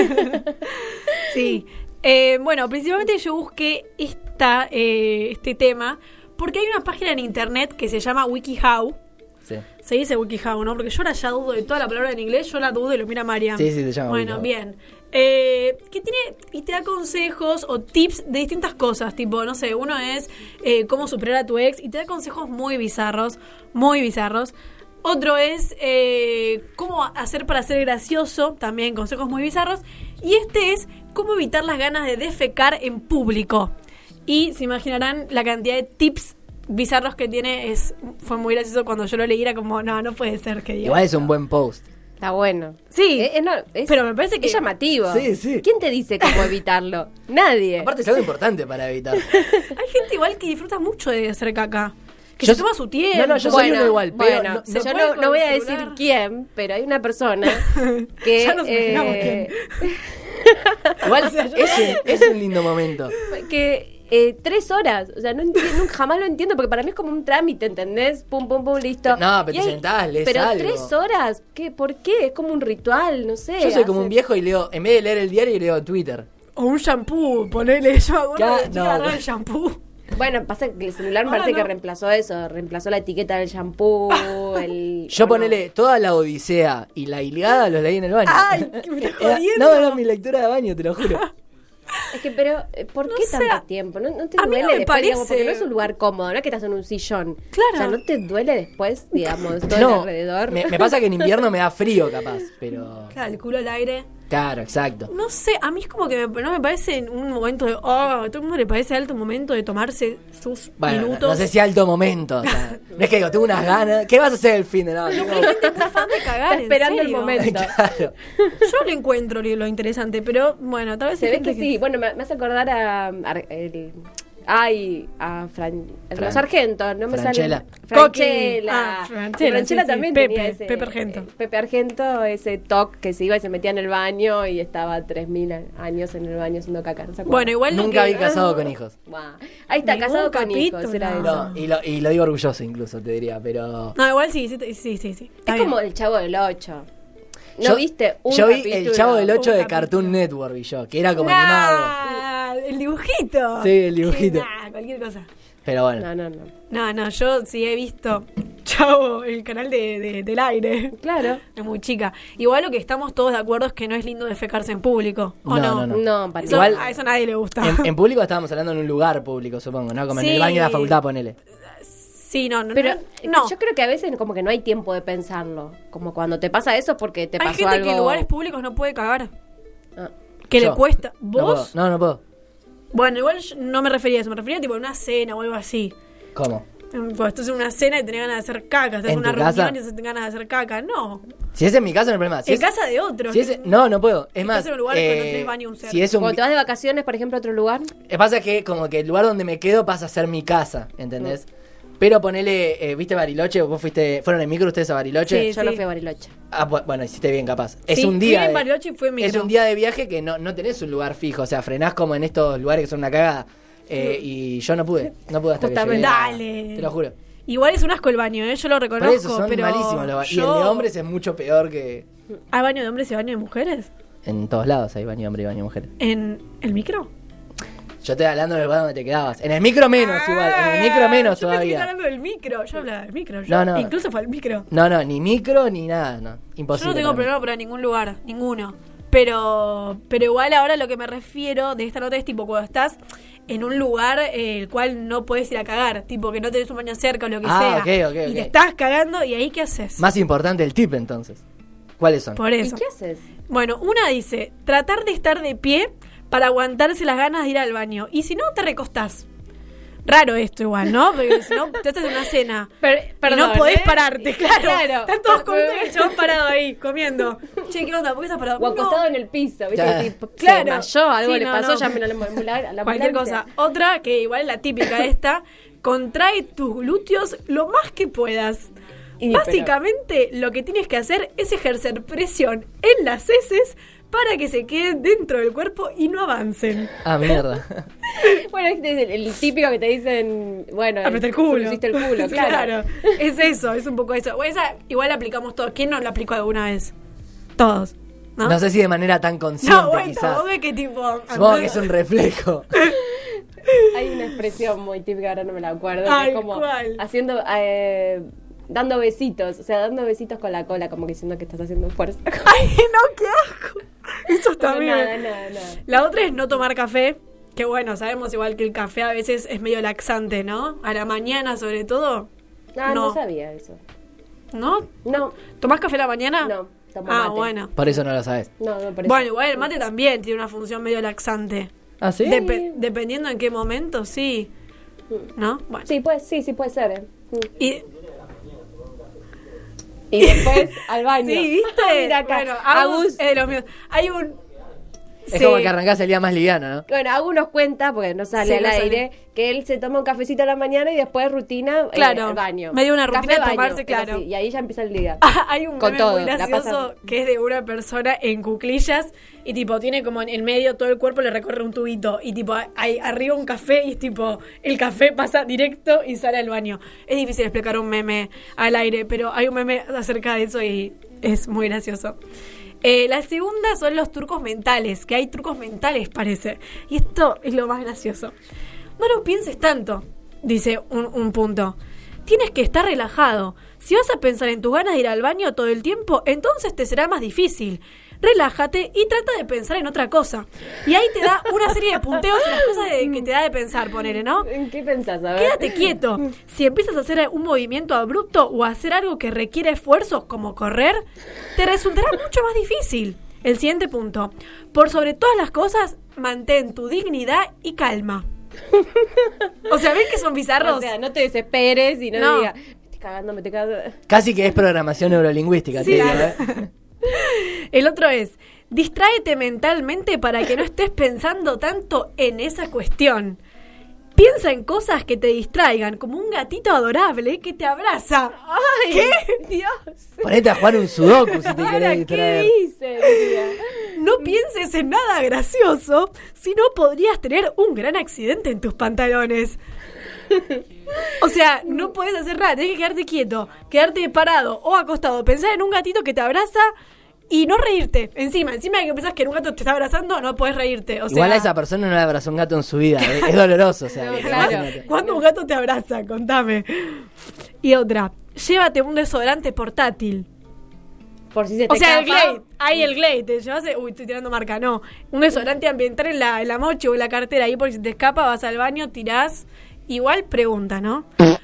Sí. Eh, bueno, principalmente yo busqué esta, eh, este tema porque hay una página en internet que se llama WikiHow. Sí. Se dice WikiHow, ¿no? Porque yo ahora ya dudo de toda la palabra en inglés, yo la dudo y lo mira Mariam. Sí, sí, se llama Bueno, WikiHow. bien. Eh, que tiene y te da consejos o tips de distintas cosas, tipo, no sé, uno es eh, cómo superar a tu ex y te da consejos muy bizarros, muy bizarros. Otro es eh, cómo hacer para ser gracioso, también consejos muy bizarros. Y este es cómo evitar las ganas de defecar en público. Y se imaginarán la cantidad de tips bizarros que tiene. Es Fue muy gracioso cuando yo lo leí, era como, no, no puede ser que diga. Igual es un buen post. Está bueno. Sí, Eh, eh, no, es- pero me parece que es llamativo. Sí, sí. ¿Quién te dice cómo evitarlo? Nadie. Aparte es algo importante para evitar. hay gente igual que disfruta mucho de hacer caca. Que Yo se toma so- su tiempo. No, no, yo soy uno igual, pero bueno, no- se yo pone no, con no voy el a decir celular. quién, pero hay una persona que Ya nos imaginamos eh, Igual O sea, yo- es, un, es un lindo momento. que eh, tres horas, o sea, no enti- nunca jamás lo entiendo porque para mí es como un trámite, ¿entendés? Pum, pum, pum, listo. No, pero Y te hay- sentás, lees Pero algo. tres horas, ¿qué? ¿Por qué? Es como un ritual, no sé. Yo soy como hace- un viejo y leo, en vez de leer el diario, leo Twitter. O un shampoo, ponele. Yo me acuerdo Ya, de chica no. agarrar el shampoo. Bueno, pasa que el celular me Ahora parece no. que reemplazó eso, reemplazó la etiqueta del shampoo, el... Yo o no. ponele toda la Odisea y la Ilíada los leí en el baño. Ay, que me estás Era- jodiendo. no, era mi lectura de baño, te lo juro. Es que, pero, eh, ¿por No qué sé, tanto tiempo? ¿No, no te a mí duele no me después, digamos, parece. porque no es un lugar cómodo, no es que estás en un sillón. Claro. O sea, ¿no te duele después, digamos, todo el No, alrededor? me, me pasa que en invierno me da frío capaz, pero... Claro, el culo al aire. Claro, exacto. No sé, a mí es como que me, no me parece en un momento de. Oh, a todo el mundo le parece alto momento de tomarse sus Bueno, no, minutos. no sé si alto momento. O sea, no es que digo, tengo unas ganas. ¿Qué vas a hacer el fin de no? No, tengo- hay gente muy fan de cagar. Está en esperando el serio. momento. Claro. Yo no le encuentro lo lo interesante, pero bueno, tal vez Se hay ve gente que sí. Bueno, me, me hace acordar a... a- el, ay, a Fran, Fran- los sargentos, no me Franchella. sale... Franchella. Ah, Franchella, Franchella sí, sí. también Pepe, tenía ese... Pepe Argento. eh, Pepe Argento, ese toque que se iba y se metía en el baño y estaba tres mil años en el baño haciendo caca. ¿no se acuerdan? Bueno, igual lo Nunca que- vi casado con hijos. Buah. Ahí está, Ningún casado con capítulo. hijos, era eso. No, y, lo, y lo digo orgulloso incluso, te diría, pero... No, igual sí, sí, sí, sí. sí. Está Es bien. como el Chavo del Ocho. ¿No Yo- viste un Yo vi capítulo? el Chavo del ocho Un de capítulo. Cartoon Network, vi yo, que era como animado. Nah, el dibujito. Sí, el dibujito. Nah, cualquier cosa. Pero bueno. No, no, no. No, no, yo sí he visto Chavo, el canal de, de- del aire. Claro. Es muy chica. Igual lo que estamos todos de acuerdo es que no es lindo defecarse en público. ¿O No, no? no, No, para Eso, Igual- a eso a nadie le gusta. En, en público estábamos hablando en un lugar público, supongo, ¿no? Como en Sí. el baño de la facultad, ponele. Sí, no, no. Pero no. no. yo creo que a veces como que no hay tiempo de pensarlo. Como cuando te pasa eso es porque te Hay pasó gente algo... que en lugares públicos no puede cagar. Ah. Que Yo. le cuesta. No puedo. ¿Vos? No, no puedo. Bueno, igual yo no me refería a eso. Me refería tipo a una cena o algo así. ¿Cómo? Cuando estás en una cena y tenés ganas de hacer caca. Estás en ¿En una tu reunión casa? y tenés ganas de hacer caca. No. Si es en mi casa, no hay problema. Si en es, casa de otros. si es- no, no puedo. Es más, en un lugar que no eh, tenés baño un cerdo. si es un... Cuando te vas de vacaciones, por ejemplo, a otro lugar... Lo que pasa es que como que el lugar donde me quedo pasa a ser mi casa, ¿entendés? Pero ponele, eh, ¿viste Bariloche? ¿Vos fuiste, fueron en micro ustedes a Bariloche? Sí, Yo no fui a Bariloche. Ah, bu- bueno, hiciste bien, capaz. Es Sí, un fui día en de, Bariloche y fui en micro. es un día de viaje que no, no tenés un lugar fijo, o sea, frenás como en estos lugares que son una cagada. Eh, y yo no pude, no pude hasta Justamente. que Dale. llegué. Te lo juro. Igual es un asco el baño, ¿eh? Yo lo Por reconozco. eso son pero malísimos los ba- Y el yo- de hombres es mucho peor que... ¿Hay baño de hombres y baño de mujeres? En todos lados hay baño de hombre y baño de mujeres. ¿En el micro? Yo estoy hablando del lugar donde te quedabas. En el micro menos igual, en el micro menos Yo pensé que estaba todavía. hablando del micro. Yo hablaba del micro. Yo- No, no. Incluso fue al micro. No, no, ni micro ni nada, no. Yo Imposible. no tengo para mí. problema para ningún lugar, ninguno. Pero pero igual ahora lo que me refiero de esta nota es tipo cuando estás en un lugar eh, el cual no puedes ir a cagar, tipo que no tenés un baño cerca o lo que Ah, sea. ok, ok, y ok. te estás cagando y ahí ¿qué haces? Más importante el tip entonces. ¿Cuáles son? Por ¿Y eso. qué haces? Bueno, una dice, tratar de estar de pie para aguantarse las ganas de ir al baño. Y si no, te recostás. Raro esto igual, ¿no? Porque si no, te haces una cena. Per- y perdón, no podés ¿eh? pararte, claro. Claro. Están todos Porque- comiendo y el chabón parado ahí, comiendo. Che, ¿qué onda? ¿Por qué estás parado? O acostado No. en el piso, ¿viste? Claro. Que tipo, Claro. se desmayó, algo Sí, le no, pasó, no. llamen a la, ambula- a la Cualquier ambulancia. cosa. Otra, que igual es la típica esta, contrae tus glúteos lo más que puedas. Y, Básicamente, lo que tienes que hacer es ejercer presión en las heces para que se queden dentro del cuerpo y no avancen. Ah, mierda. Bueno, este es el, el típico que te dicen, bueno, Apretar el culo. pusiste el culo, claro. Es eso, es un poco eso. O esa igual la aplicamos todos. ¿Quién no la aplicó alguna vez? Todos. ¿No? No sé si de manera tan consciente, No, bueno, quizás. vos ves que tipo. Supongo que es un reflejo. Hay una expresión muy típica, ahora no me la acuerdo, que Ay, es como ¿cuál? haciendo, eh, dando besitos, o sea, dando besitos con la cola, como que diciendo que estás haciendo fuerza. Ay, no, qué asco. Eso está Pero bien. nada, nada, nada. La otra es no tomar café. Que bueno, sabemos igual que el café a veces es medio laxante, ¿no? A la mañana sobre todo. Ah, no, No. sabía eso. ¿No? No, ¿Tomás café a la mañana? no, tomo Ah, mate. bueno. Por eso no lo sabes. No, no, por eso. Bueno, igual el mate también tiene una función medio laxante. ¿Ah, sí? Depe- dependiendo en qué momento, sí. ¿No? Bueno. Sí, pues, sí, sí puede ser. eh. Mm. Y, Y después al baño. sí, ¿viste? Mira acá. Bueno, Agus Agus, es de los míos. Hay un... Es sí. como que arrancás el día más liviano, ¿no? bueno, Agus nos cuenta, porque no sale Sí, al no sale. aire, que él se toma un cafecito a la mañana y después rutina eh, Claro, al baño. medio una rutina Café, de baño, tomarse, eso claro. sí, y ahí ya empieza el día. Ah, hay un Con meme todo, muy la gracioso pasa- que es de una persona en cuclillas y tipo tiene como en el medio todo el cuerpo le recorre un tubito y tipo hay arriba un café y es tipo el café pasa directo y sale al baño. Es difícil explicar un meme al aire, pero hay un meme acerca de eso y es muy gracioso. Eh, la segunda son los trucos mentales, que hay trucos mentales parece. Y esto es lo más gracioso. No lo pienses tanto, dice un, un punto. Tienes que estar relajado. Si vas a pensar en tus ganas de ir al baño todo el tiempo, entonces te será más difícil. Relájate y trata de pensar en otra cosa. Y ahí te da una serie de punteos y las cosas de- que te da de pensar, ponele, ¿no? ¿En qué pensás? A ver. Quédate quieto. Si empiezas a hacer un movimiento abrupto o a hacer algo que requiere esfuerzo, como correr, te resultará mucho más difícil. El siguiente punto. Por sobre todas las cosas, mantén tu dignidad y calma. O sea, ¿ven que son bizarros? O sea, no te desesperes y no, No. digas, me estoy cagando, me estoy cagando. Casi que es programación neurolingüística, Sí, te digo, claro. ¿eh? El otro es, distráete mentalmente para que no estés pensando tanto en esa cuestión. Piensa en cosas que te distraigan, como un gatito adorable que te abraza. ¡Ay! ¿Qué? ¡Dios! Ponete a jugar un sudoku si te Ahora, querés ¿qué distraer. dice? Diría? No pienses en nada gracioso, si no podrías tener un gran accidente en tus pantalones. O sea, no puedes hacer nada, tenés que quedarte quieto, quedarte parado o acostado, pensar en un gatito que te abraza y no reírte. Encima, encima de que pensás que en un gato te está abrazando, no podés reírte. O sea, Igual a esa persona no le abrazó un gato en su vida. Es, es doloroso, o sea. No, que- claro. imagínate. ¿cuándo un gato te abraza? Contame. Y otra, llévate un desodorante portátil. Por si se te O sea, el escapa. Glade, ahí el Glade, te llevas, uy, estoy tirando marca, no. Un desodorante ambiental en la, en la mochi o en la cartera, ahí por si te escapa, vas al baño, tirás. Igual pregunta, ¿no?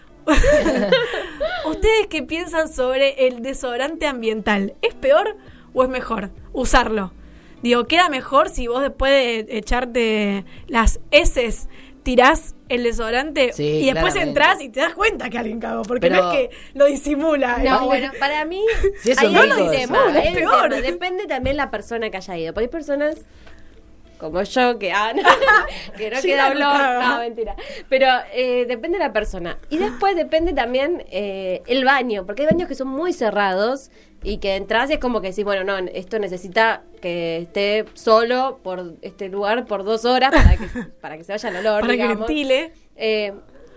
¿Ustedes qué piensan sobre el desodorante ambiental? ¿Es peor o es mejor usarlo? Digo, ¿queda mejor si vos después de echarte las heces tirás el desodorante Sí, y después claramente. entras y te das cuenta que alguien cagó? Porque Pero- no es que lo disimula. No, ¿eh? bueno, para mí Si es ahí un hay rico un tema, desodorante, hay es un peor. tema. Depende también la persona que haya ido. Porque hay personas como yo que, ah, no, que no Sí, queda la olor. caga. No, mentira. Pero eh, depende de la persona. Y después depende también eh, el baño. Porque hay baños que son muy cerrados y que entras y es como que decís, bueno, no, esto necesita que esté solo por este lugar por dos horas para que, para que se vaya el olor. Para que digamos. ventile. Eh,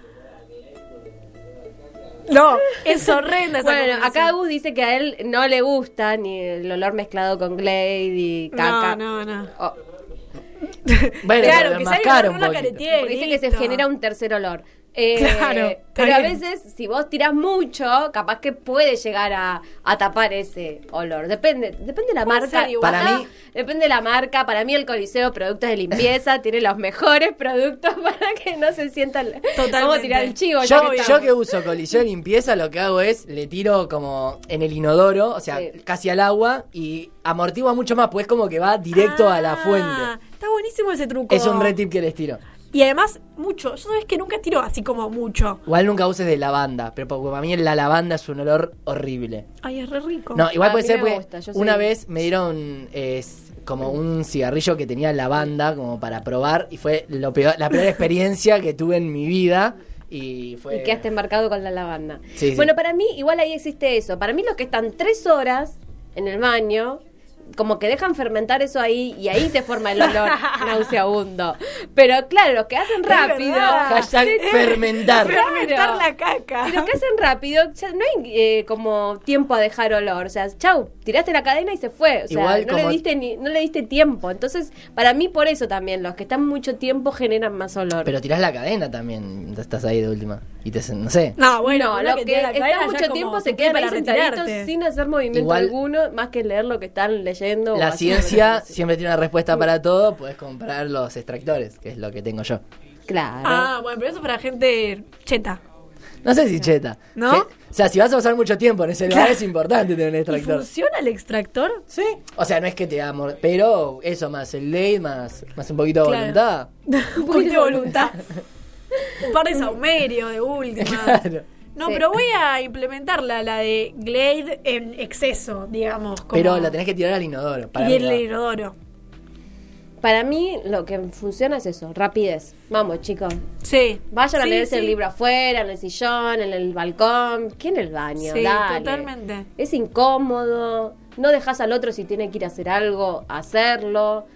No, es horrenda esa Bueno, conversación. acá Gus dice que a él no le gusta ni el olor mezclado con Glade y caca. No, no, no. Oh, Bueno, Claro, pero que más si hay caro olor, un no la poquito. careteé, porque dice que se listo. genera un tercer olor. Eh, Claro, está pero a bien. veces, si vos tirás mucho, capaz que puede llegar a, a tapar ese olor. Depende, depende de la Puede marca. ser igual. Para Acá mí- depende de la marca. Para mí el Coliseo Productos de Limpieza tiene los mejores productos para que no se sientan. Totalmente. Vamos a tirar el chivo. ya Yo, que yo estamos. que uso coliseo de limpieza, lo que hago es le tiro como en el inodoro, o sea, Sí. casi al agua, y amortigua mucho más, pues como que va directo a la Ah, fuente. Está buenísimo ese truco. Es un re tip que les tiro. Y además, mucho. Yo sabes que nunca tiro así como mucho. Igual nunca uses de lavanda, pero porque para mí la lavanda es un olor horrible. Ay, es re rico. No, igual A puede mí ser me porque gusta, yo una soy- vez me dieron eh, como un cigarrillo que tenía lavanda como para probar y fue lo peor, la peor experiencia que tuve en mi vida. Y fue... Y quedaste embarcado con la lavanda. Sí, sí. Bueno, para mí, igual ahí existe eso. Para mí los que están tres horas en el baño, como que dejan fermentar eso ahí y ahí se forma el olor nauseabundo. Pero claro, los que hacen rápido... verdad. Hashtag fermentar. Fermentar la caca. Y los que hacen rápido, ya no hay eh, como tiempo a dejar olor. O sea, chau, tiraste la cadena y se fue. O sea, Igual no, como- le diste ni, no le diste tiempo. Entonces, para mí, por eso también, los que están mucho tiempo generan más olor. Pero tirás la cadena también, estás ahí de última. Y te, no sé. No, bueno, no, uno los que, tira la cadena están ya mucho es como tiempo se tu quedan pie ahí para sentaditos retirarte. sin hacer movimiento Igual- alguno, más que leer lo que están leyendo. o La haciendo ciencia lo que hacen. siempre tiene una respuesta para todo, puedes comprar los extractores, que es lo que tengo yo. Claro. Ah, bueno, pero eso es para gente cheta. No sé si cheta. ¿No? Que- o sea, si vas a pasar mucho tiempo en ese lugar es importante tener un ¿Y extractor. funciona el extractor? Sí. O sea, no es que te amo, pero eso más el ley, más, más un poquito de Claro. voluntad. Un poquito de voluntad. Un par de saumerio de última. Claro. No, Sí. pero voy a implementarla, la de Glade en exceso, digamos. Como... Pero la tenés que tirar al inodoro. Para y mí, el ¿no? inodoro. Para mí, lo que funciona es eso, rapidez. Vamos, chicos. Sí. Vayan a Sí, leerse sí. el libro afuera, en el sillón, en el balcón. ¿Qué en el baño? Sí, Dale. totalmente. Es incómodo. No dejas al otro si tiene que ir a hacer algo, hacerlo.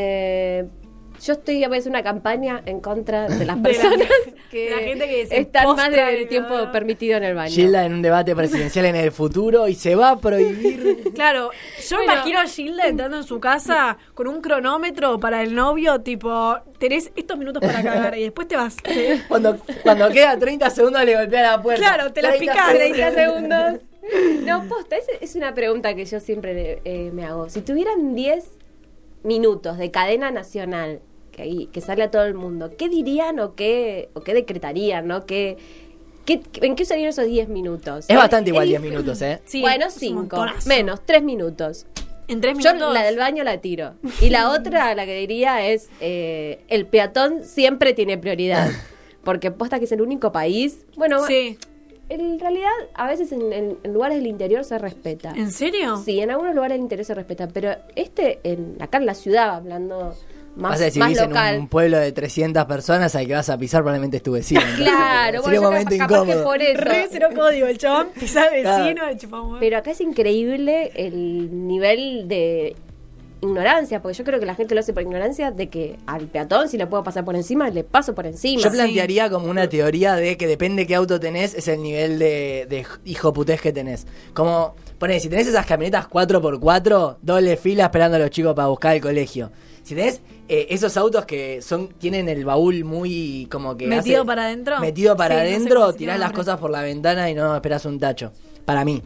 Eh, yo estoy a veces una campaña en contra de las De la- personas que, de la gente que se están más postra en del el tiempo inodoro. permitido en el baño. Gilda en un debate presidencial en el futuro y se va a prohibir. Claro, yo Bueno. imagino a Gilda entrando en su casa con un cronómetro para el novio, tipo, tenés estos minutos para cagar y después te vas. Te- Cuando, cuando queda treinta segundos le golpea la puerta. Claro, te la treinta picás. treinta segundos. No, posta, es, es una pregunta que yo siempre eh, me hago. Si tuvieran diez minutos de cadena nacional que, ahí- que sale a todo el mundo, ¿qué dirían o qué, o qué decretarían? ¿No? ¿Qué, qué, ¿En qué usarían esos diez minutos? Es bastante igual Es diez dif- minutos, ¿eh? Sí, bueno, es un cinco. montonazo. Menos, tres minutos. En tres Yo minutos. la del baño la tiro. Y la otra, la que diría es, eh, el peatón siempre tiene prioridad. Porque posta que es el único país. Bueno, Sí. en realidad, a veces en, en- en lugares del interior se respeta. ¿En serio? Sí, en algunos lugares del interior se respeta, pero este, en acá en la ciudad, hablando más, Vas a decir, más vivís en local. un pueblo de trescientas personas al que vas a pisar probablemente es tu vecino. entonces, Claro, sería un bueno, momento capaz, capaz que incómodo. por eso. Re cero código, el chabón pisa al vecino Claro. y chupamos. Pero acá es increíble el nivel de ignorancia, porque yo creo que la gente lo hace por ignorancia de que al peatón, si le puedo pasar por encima, le paso por encima. Yo plantearía como una teoría de que depende qué auto tenés, es el nivel de, de hijoputés que tenés. Como, ponés, si tenés esas camionetas cuatro por cuatro, doble fila esperando a los chicos para buscar el colegio. Si tenés eh, esos autos que son tienen el baúl muy como que ¿Metido hace- para adentro? metido para Sí, no sé adentro, cómo se tirás llama, las hombre. cosas por la ventana y no esperás un tacho. Para mí.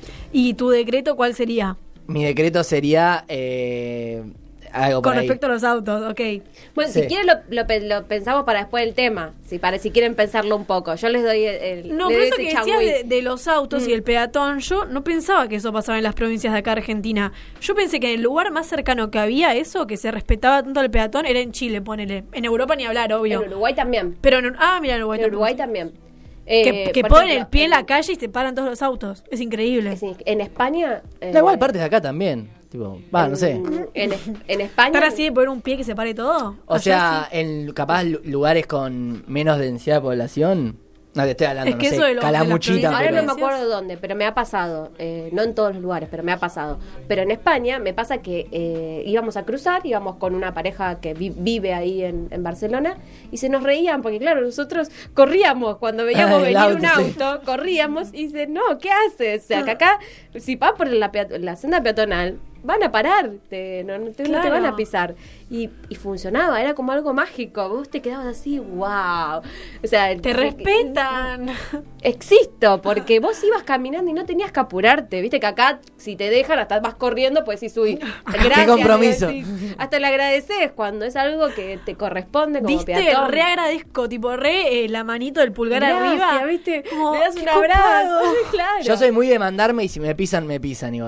¿Y tu decreto cuál sería? Mi decreto sería eh, algo por Con ahí. respecto a los autos, ok. Bueno, Sí. si quieren lo, lo pe- lo pensamos para después del tema, si para si quieren pensarlo un poco. Yo les doy el, el- No, le pero doy eso ese que decías changüí. de, de los autos Mm. y el peatón, yo no pensaba que eso pasaba en las provincias de acá Argentina. Yo pensé que en el lugar más cercano que había eso, que se respetaba tanto al peatón, era en Chile, ponele. En Europa ni hablar, obvio. En Uruguay también. Pero en, ah, mira, en Uruguay, En Uruguay también. también. Que, Eh, que por ponen ejemplo, el pie en la en- calle y se paran todos los autos. Es increíble. es in- En España. eh, Da igual, partes de acá también. Tipo, va, no sé. En, en, en España. ¿Estar así de poner un pie que se pare todo? O Allá sea, sí. en capaz lu- lugares con menos densidad de población. No, te estoy hablando, Es no que sé, eso de los- de las Calamuchita. provincias- Ahora pero- no me acuerdo dónde, pero me ha pasado. Eh, no en todos los lugares, pero me ha pasado. Pero en España me pasa que eh, íbamos a cruzar, íbamos con una pareja que vi- vive ahí en, en Barcelona y se nos reían porque, claro, nosotros corríamos cuando veíamos Ah, el venir un auto, sí. auto, corríamos y dicen, no, ¿qué haces? O sea, que acá, si vas por la, peat- la senda peatonal, van a parar, te, no, no te, no te Claro. van a pisar. Y, y funcionaba, era como algo mágico. Vos te quedabas así, wow. O sea, Te respetan. Existo, porque vos ibas caminando y no tenías que apurarte. Viste que acá, si te dejan, hasta vas corriendo, pues decís, uy, gracias. Qué compromiso. decís. Hasta le agradeces cuando es algo que te corresponde como Viste, peatón. re agradezco, tipo, re eh, la manito del pulgar Gracias, arriba. ¿viste? Como, Le das qué un abrazo. copado. Claro. Yo soy muy de mandarme y si me pisan, me pisan igual.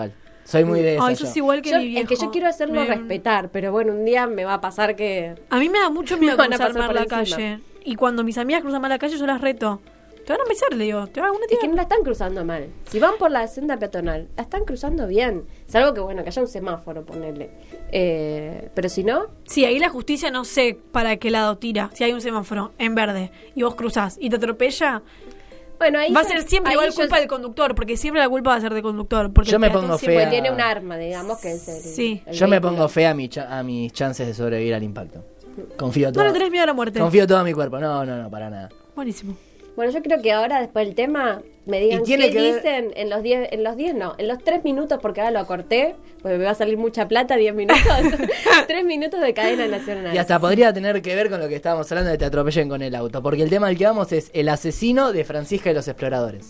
Soy muy de eso. Ay, yo. sos igual que Yo- mi viejo. es que yo quiero hacerlo Me- respetar, pero bueno, un día me va a pasar que... A mí me da mucho miedo Me van a cruzar pasar mal por la encima. calle. Y cuando mis amigas cruzan mal la calle, yo las reto. Te van a besar, le digo. Te van a alguna Es que tía. no la están cruzando mal. Si van por la senda peatonal, la están cruzando bien. Salvo que, bueno, que haya un semáforo, ponerle. Eh, pero si no, Sí, ahí la justicia no sé para qué lado tira. Si hay un semáforo en verde y vos cruzás y te atropella, bueno, ahí va a yo- ser siempre ahí igual yo- culpa del conductor, porque siempre la culpa va a ser del conductor. Porque Yo el me peatón pongo siempre- Pues fea. tiene un arma, digamos, que es el, Sí. el Yo me vehículo. pongo fe a, mi cha- a mis chances de sobrevivir al impacto. Confío todo. No le tenés miedo a la muerte. Confío todo a mi cuerpo. No, no, no, para nada. Buenísimo. Bueno, yo creo que ahora, después del tema, me digan Y tiene qué que ver- dicen en los diez, en los diez no, en los tres minutos, porque ahora lo acorté, porque me va a salir mucha plata, diez minutos, tres minutos de cadena nacional. Y hasta podría tener que ver con lo que estábamos hablando de te atropellen con el auto. Porque el tema al que vamos es El asesino de Francisca y los exploradores.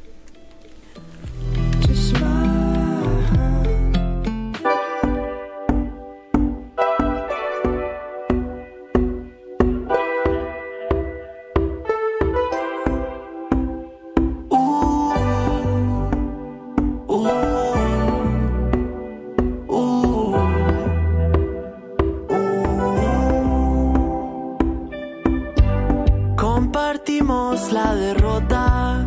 Compartimos la derrota,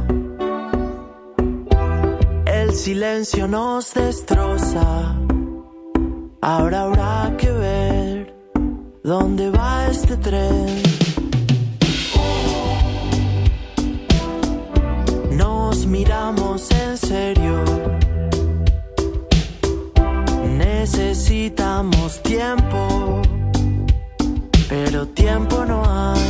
el silencio nos destroza. Ahora habrá que ver dónde va este tren. Nos miramos en serio, necesitamos tiempo, pero tiempo no hay.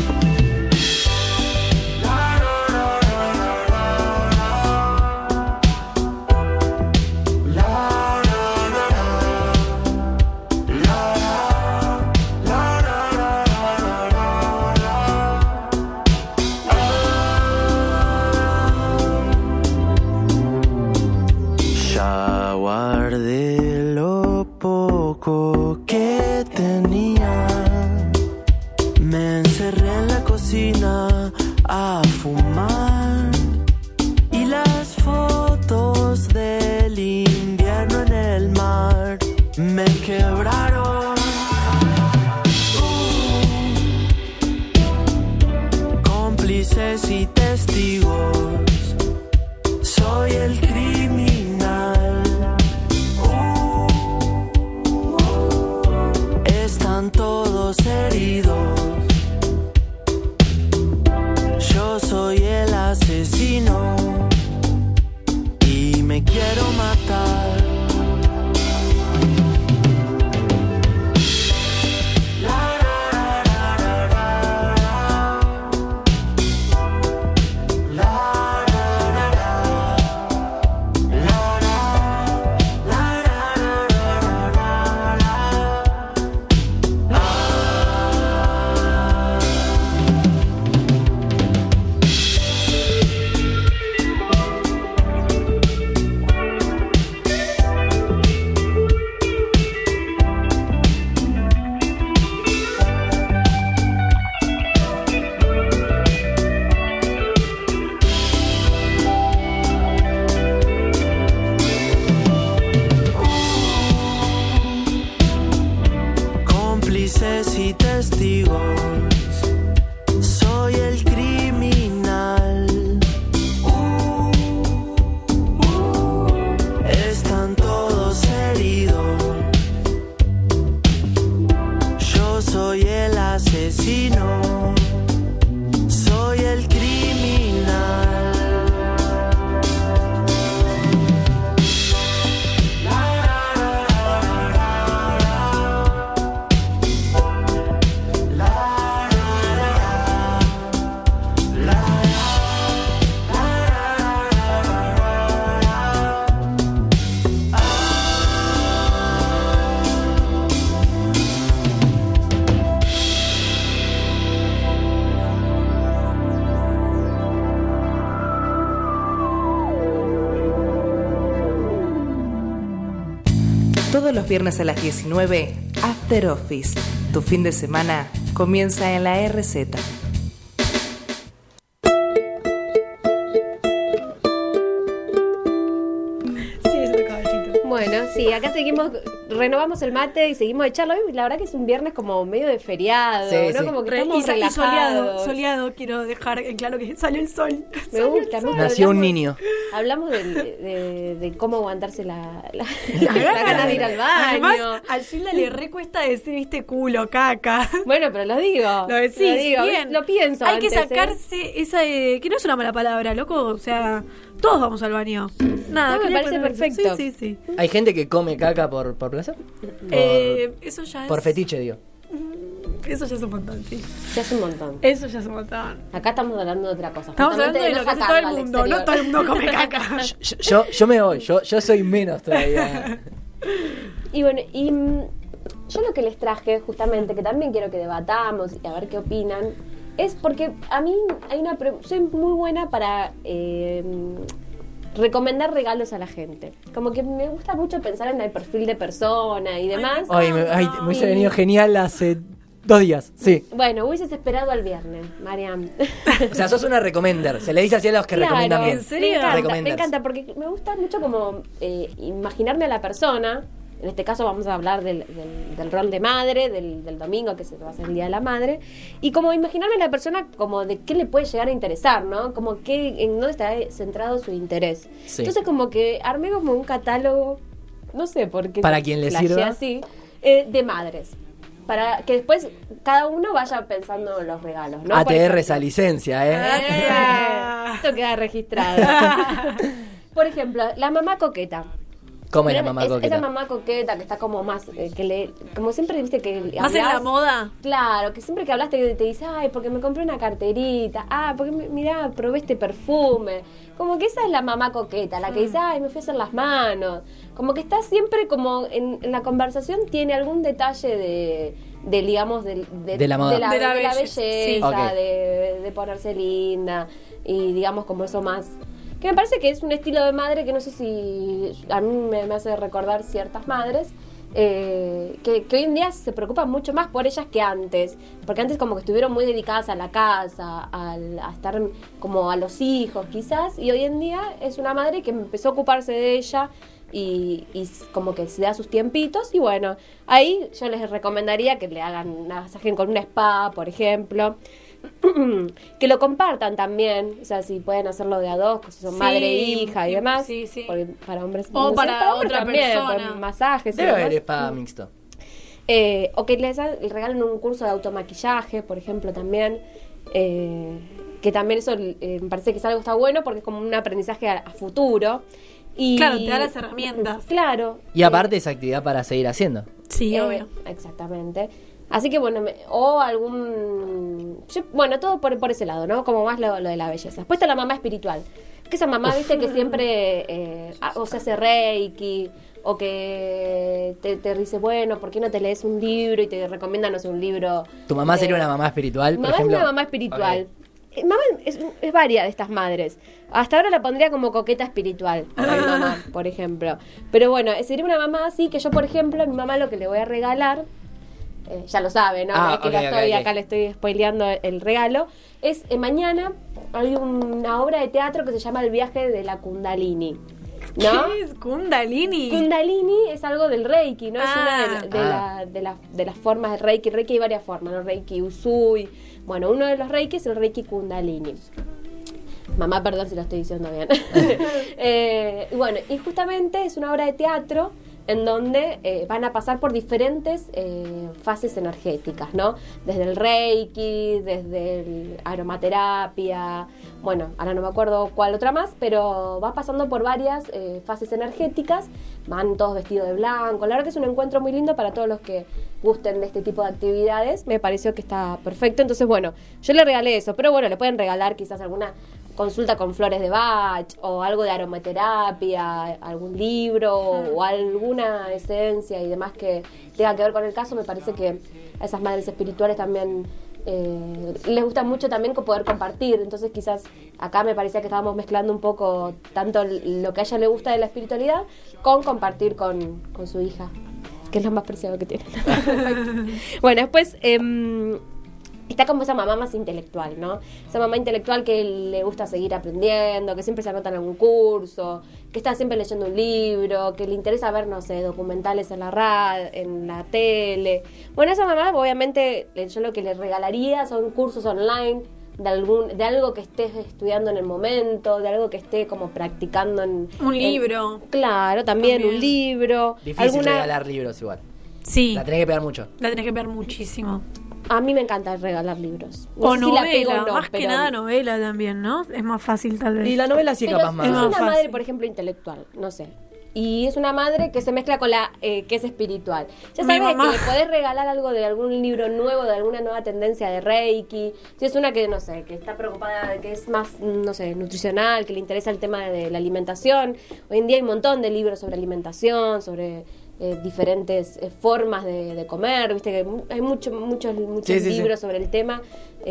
Ya guardé lo poco que tenía. Me encerré en la cocina a fumar. Y las fotos del invierno en el mar me quebraron. Uh, cómplices y testigos. Soy el criminal. Uh, están todos heridos. Yo soy el asesino y me quiero matar. Cómplices y testigos. Soy el criminal. Uh, uh, están todos heridos. Yo soy el asesino. Soy el criminal. Todos los viernes a las diecinueve, After Office. Tu fin de semana comienza en la R Z. Sí, eso de caballito. sí, acá seguimos, renovamos el mate y seguimos de charla. Hoy la verdad que es un viernes como medio de feriado, Sí, ¿no? sí. Como que Re- estamos y, sa- y relajados. soleado, soleado, quiero dejar en claro que salió el sol. Me Salió el gusta, sol. me Nació un hablamos- niño. Hablamos del- de, de- de cómo aguantarse la, la, la ganas de ir al baño. Además, al Gilda le recuesta decir, viste, culo, caca. Bueno, pero lo digo. Lo decís, lo digo, bien. Lo pienso Hay antes, que ¿eh? sacarse esa de... Que no es una mala palabra, loco. O sea, todos vamos al baño. Nada, No, me quería parece aclarar eso. perfecto. Sí, sí, sí. ¿Hay gente que come caca por, por placer? Por, Eh, eso ya es... por fetiche, digo. Eso ya es un montón, sí. Ya es un montón. Eso ya es un montón. Acá estamos hablando de otra cosa. Estamos justamente hablando de lo que hace todo sacarlo el al mundo. No exterior. todo el mundo come caca. Yo, yo, yo me voy, yo, yo soy menos todavía. Y bueno, y mm, yo lo que les traje, justamente, que también quiero que debatamos y a ver qué opinan, es porque a mí hay una pre- soy muy buena para eh, recomendar regalos a la gente. Como que me gusta mucho pensar en el perfil de persona y demás. Ay, me, ay, me hubiese Y- venido genial hace dos días, sí. Bueno, hubieses esperado al viernes, Mariam. O sea, sos una recommender. Se le dice así a los que recomiendan bien. ¿en serio? Me encanta, me Recommenders. encanta porque me gusta mucho como eh, imaginarme a la persona. En este caso vamos a hablar del, del, del rol de madre, del, del domingo, que se va a hacer el Día de la Madre. Y como imaginarme a la persona como de qué le puede llegar a interesar, ¿no? Como que, en dónde está centrado su interés. Sí. Entonces como que armé como un catálogo, no sé por qué. Para se quien le flashea sirva. así, eh, de madres. Para que después cada uno vaya pensando en los regalos, ¿no? A Por T R ejemplo, esa licencia, ¿eh? eh, Esto queda registrado. Por ejemplo, la mamá coqueta. ¿Cómo es la Pero mamá es- coqueta? Esa mamá coqueta que está como más, eh, que le, como siempre viste que Más en la hablas- moda. Claro, que siempre que hablaste te, te dice, ay, porque me compré una carterita, ah, porque mi- mirá, probé este perfume. Como que esa es la mamá coqueta, la que dice, ay, me fui a hacer las manos. Como que está siempre como en, en la conversación tiene algún detalle de, de digamos, de, De la moda. de la, De la de la belleza, belleza, sí. Ok. de, de ponerse linda y digamos como eso más... Que me parece que es un estilo de madre que no sé si a mí me, me hace recordar ciertas madres eh, que, que hoy en día se preocupan mucho más por ellas que antes, porque antes como que estuvieron muy dedicadas a la casa, al- a estar como a los hijos quizás, y hoy en día es una madre que empezó a ocuparse de ella y, y como que se da sus tiempitos y bueno, ahí yo les recomendaría que le hagan un masaje con un spa, por ejemplo. Que lo compartan también, o sea, si pueden hacerlo de a dos, si son Sí, madre e hija y y- demás, sí, sí. porque para hombres O no sé, para hombres otra también, persona. con masajes y Debe haber demás. spa mixto. Eh, o que les ha- les regalen un curso de automaquillaje, por ejemplo, también. eh, que también eso eh, me parece que es algo que está bueno porque es como un aprendizaje a, a futuro. Y, Claro, te da las herramientas. Claro. Y aparte esa actividad para seguir haciendo. Sí, Eh, obvio. Exactamente. Así que bueno, me- o algún... yo- bueno, todo por, por ese lado, ¿no? Como más lo, lo de la belleza. Después está la mamá espiritual. Que esa mamá, viste, que siempre eh, ah, o se hace reiki, o que te, te dice, bueno, ¿por qué no te lees un libro? Y te recomienda, no sé, un libro... ¿Tu mamá de- sería una mamá espiritual, Mi por mamá ejemplo? es una mamá espiritual. Ok. Eh, Mamá es, es varia de estas madres. Hasta ahora la pondría como coqueta espiritual a mi mamá, por ejemplo. Pero bueno, sería una mamá así que yo, por ejemplo, a mi mamá lo que le voy a regalar, eh, ya lo sabe, ¿no? Ah, No es que ok, lo ok, estoy, ok. acá le estoy spoileando el regalo. Es eh, mañana hay una obra de teatro que se llama El viaje de la Kundalini. ¿No? ¿Qué es Kundalini? Kundalini es algo del Reiki, ¿no? Es Ah. una de, la- de, Ah. la- de, la- de las formas de Reiki. Reiki hay varias formas, ¿no? Reiki Usui. Bueno, uno de los Reiki es el Reiki Kundalini. Mamá, perdón si lo estoy diciendo bien. Eh, y bueno, y justamente es una obra de teatro en donde eh, van a pasar por diferentes eh, fases energéticas, ¿no? Desde el Reiki, desde el aromaterapia, bueno, ahora no me acuerdo cuál otra más, pero va pasando por varias eh, fases energéticas, van todos vestidos de blanco, la verdad que es un encuentro muy lindo para todos los que gusten de este tipo de actividades, me pareció que está perfecto, entonces bueno, yo le regalé eso, pero bueno, le pueden regalar quizás alguna consulta con flores de Bach o algo de aromaterapia, algún libro o alguna esencia y demás que tenga que ver con el caso. Me parece que a esas madres espirituales también eh, les gusta mucho también co- poder compartir. Entonces quizás acá me parecía que estábamos mezclando un poco tanto lo que a ella le gusta de la espiritualidad con compartir con, con su hija, que es lo más preciado que tiene. Bueno, después... em, está como esa mamá más intelectual, ¿no? Esa mamá intelectual que le gusta seguir aprendiendo, que siempre se anota en algún curso, que está siempre leyendo un libro, que le interesa ver, no sé, documentales en la radio, en la tele. Bueno, esa mamá, obviamente, yo lo que le regalaría son cursos online de algún de algo que estés estudiando en el momento, de algo que esté como practicando en... Un en- libro. Claro, también, También. un libro. Difícil alguna- regalar libros igual. Sí, La tenés que pegar mucho. la tenés que ver muchísimo. A mí me encanta regalar libros. No O sé si la pego novela, o no, más que pero- nada novela también, ¿no? Es más fácil tal vez. Y la novela sí es Pero capaz si más. es Es más una fácil. madre, por ejemplo, intelectual, no sé. Y es una madre que se mezcla con la eh, que es espiritual. Ya Mi sabes que mamá. le podés regalar algo de algún libro nuevo, de alguna nueva tendencia de Reiki. Si es una que, no sé, que está preocupada, que es más, no sé, nutricional, que le interesa el tema de la alimentación. Hoy en día hay un montón de libros sobre alimentación, sobre eh, diferentes eh, formas de, de comer. Viste que mu- hay mucho, muchos, muchos Sí, sí, libros sí. sobre el tema.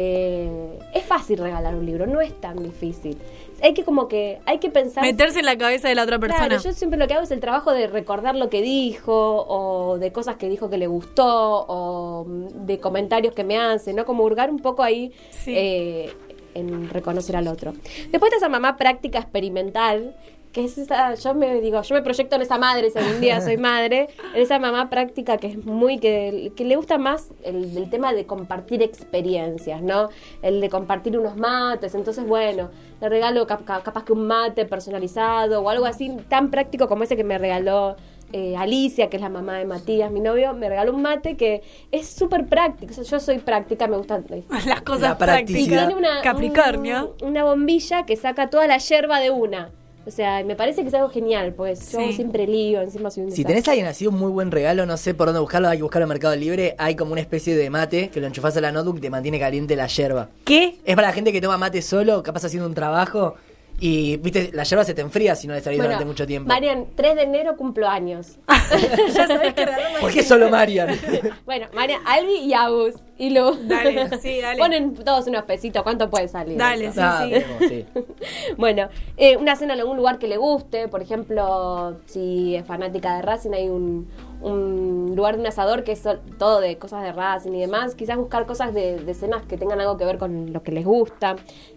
Eh, es fácil regalar un libro, no es tan difícil. Hay que como que, hay que pensar... Meterse en la cabeza de la otra persona. Claro, yo siempre lo que hago es el trabajo de recordar lo que dijo, o de cosas que dijo que le gustó, o mm, de comentarios que me hace, ¿no? Como hurgar un poco ahí Sí. eh, en reconocer al otro. Después de esa mamá práctica experimental, que es esa, yo me digo, yo me proyecto en esa madre, si algún día soy madre, en esa mamá práctica que es muy, que, que le gusta más el, el tema de compartir experiencias, ¿no? El de compartir unos mates, entonces bueno, le regalo cap- cap- capaz que un mate personalizado o algo así tan práctico como ese que me regaló eh, Alicia, que es la mamá de Matías, mi novio, me regaló un mate que es súper práctico. O sea, yo soy práctica, me gusta Las cosas La y practicidad. prácticas. tiene una, Capricornio. un- una bombilla que saca toda la yerba de una. O sea, me parece que es algo genial, pues yo Sí. siempre lío, encima soy un Si desastre. tenés a alguien así un muy buen regalo, no sé por dónde buscarlo, hay que buscarlo en Mercado Libre. Hay como una especie de mate que lo enchufás a la notebook y te mantiene caliente la yerba. ¿Qué? Es para la gente que toma mate solo, capaz haciendo un trabajo. Y, viste, la yerba se te enfría si no le salís Bueno, durante mucho tiempo. Marian, tres de enero cumplo años. Ya sabés que regalarme. ¿Por qué solo Marian? Bueno, Marian, Albi y Agus y Lu. Dale, sí, dale. Ponen todos unos pesitos, ¿cuánto puede salir? Dale, eso? sí, Ah, sí. vemos, sí. Bueno, eh, una cena en algún lugar que le guste, por ejemplo, si es fanática de Racing, hay un, un lugar de un asador que es sol- todo de cosas de Racing y demás. Quizás buscar cosas de, de cenas que tengan algo que ver con lo que les gusta.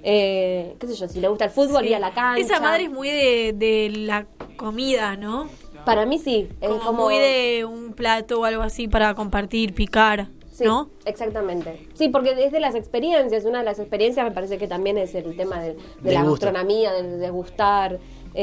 Eh, qué sé yo, si le gusta el fútbol, Sí. ir a la cancha. Esa madre es muy de, de la comida, ¿no? Para mí sí, es Como, como, muy de un plato o algo así para compartir, picar, Sí, ¿no? exactamente. Sí, porque es de las experiencias. Una de las experiencias me parece que también es el tema de, de Del la gusto. gastronomía, de, de gustar.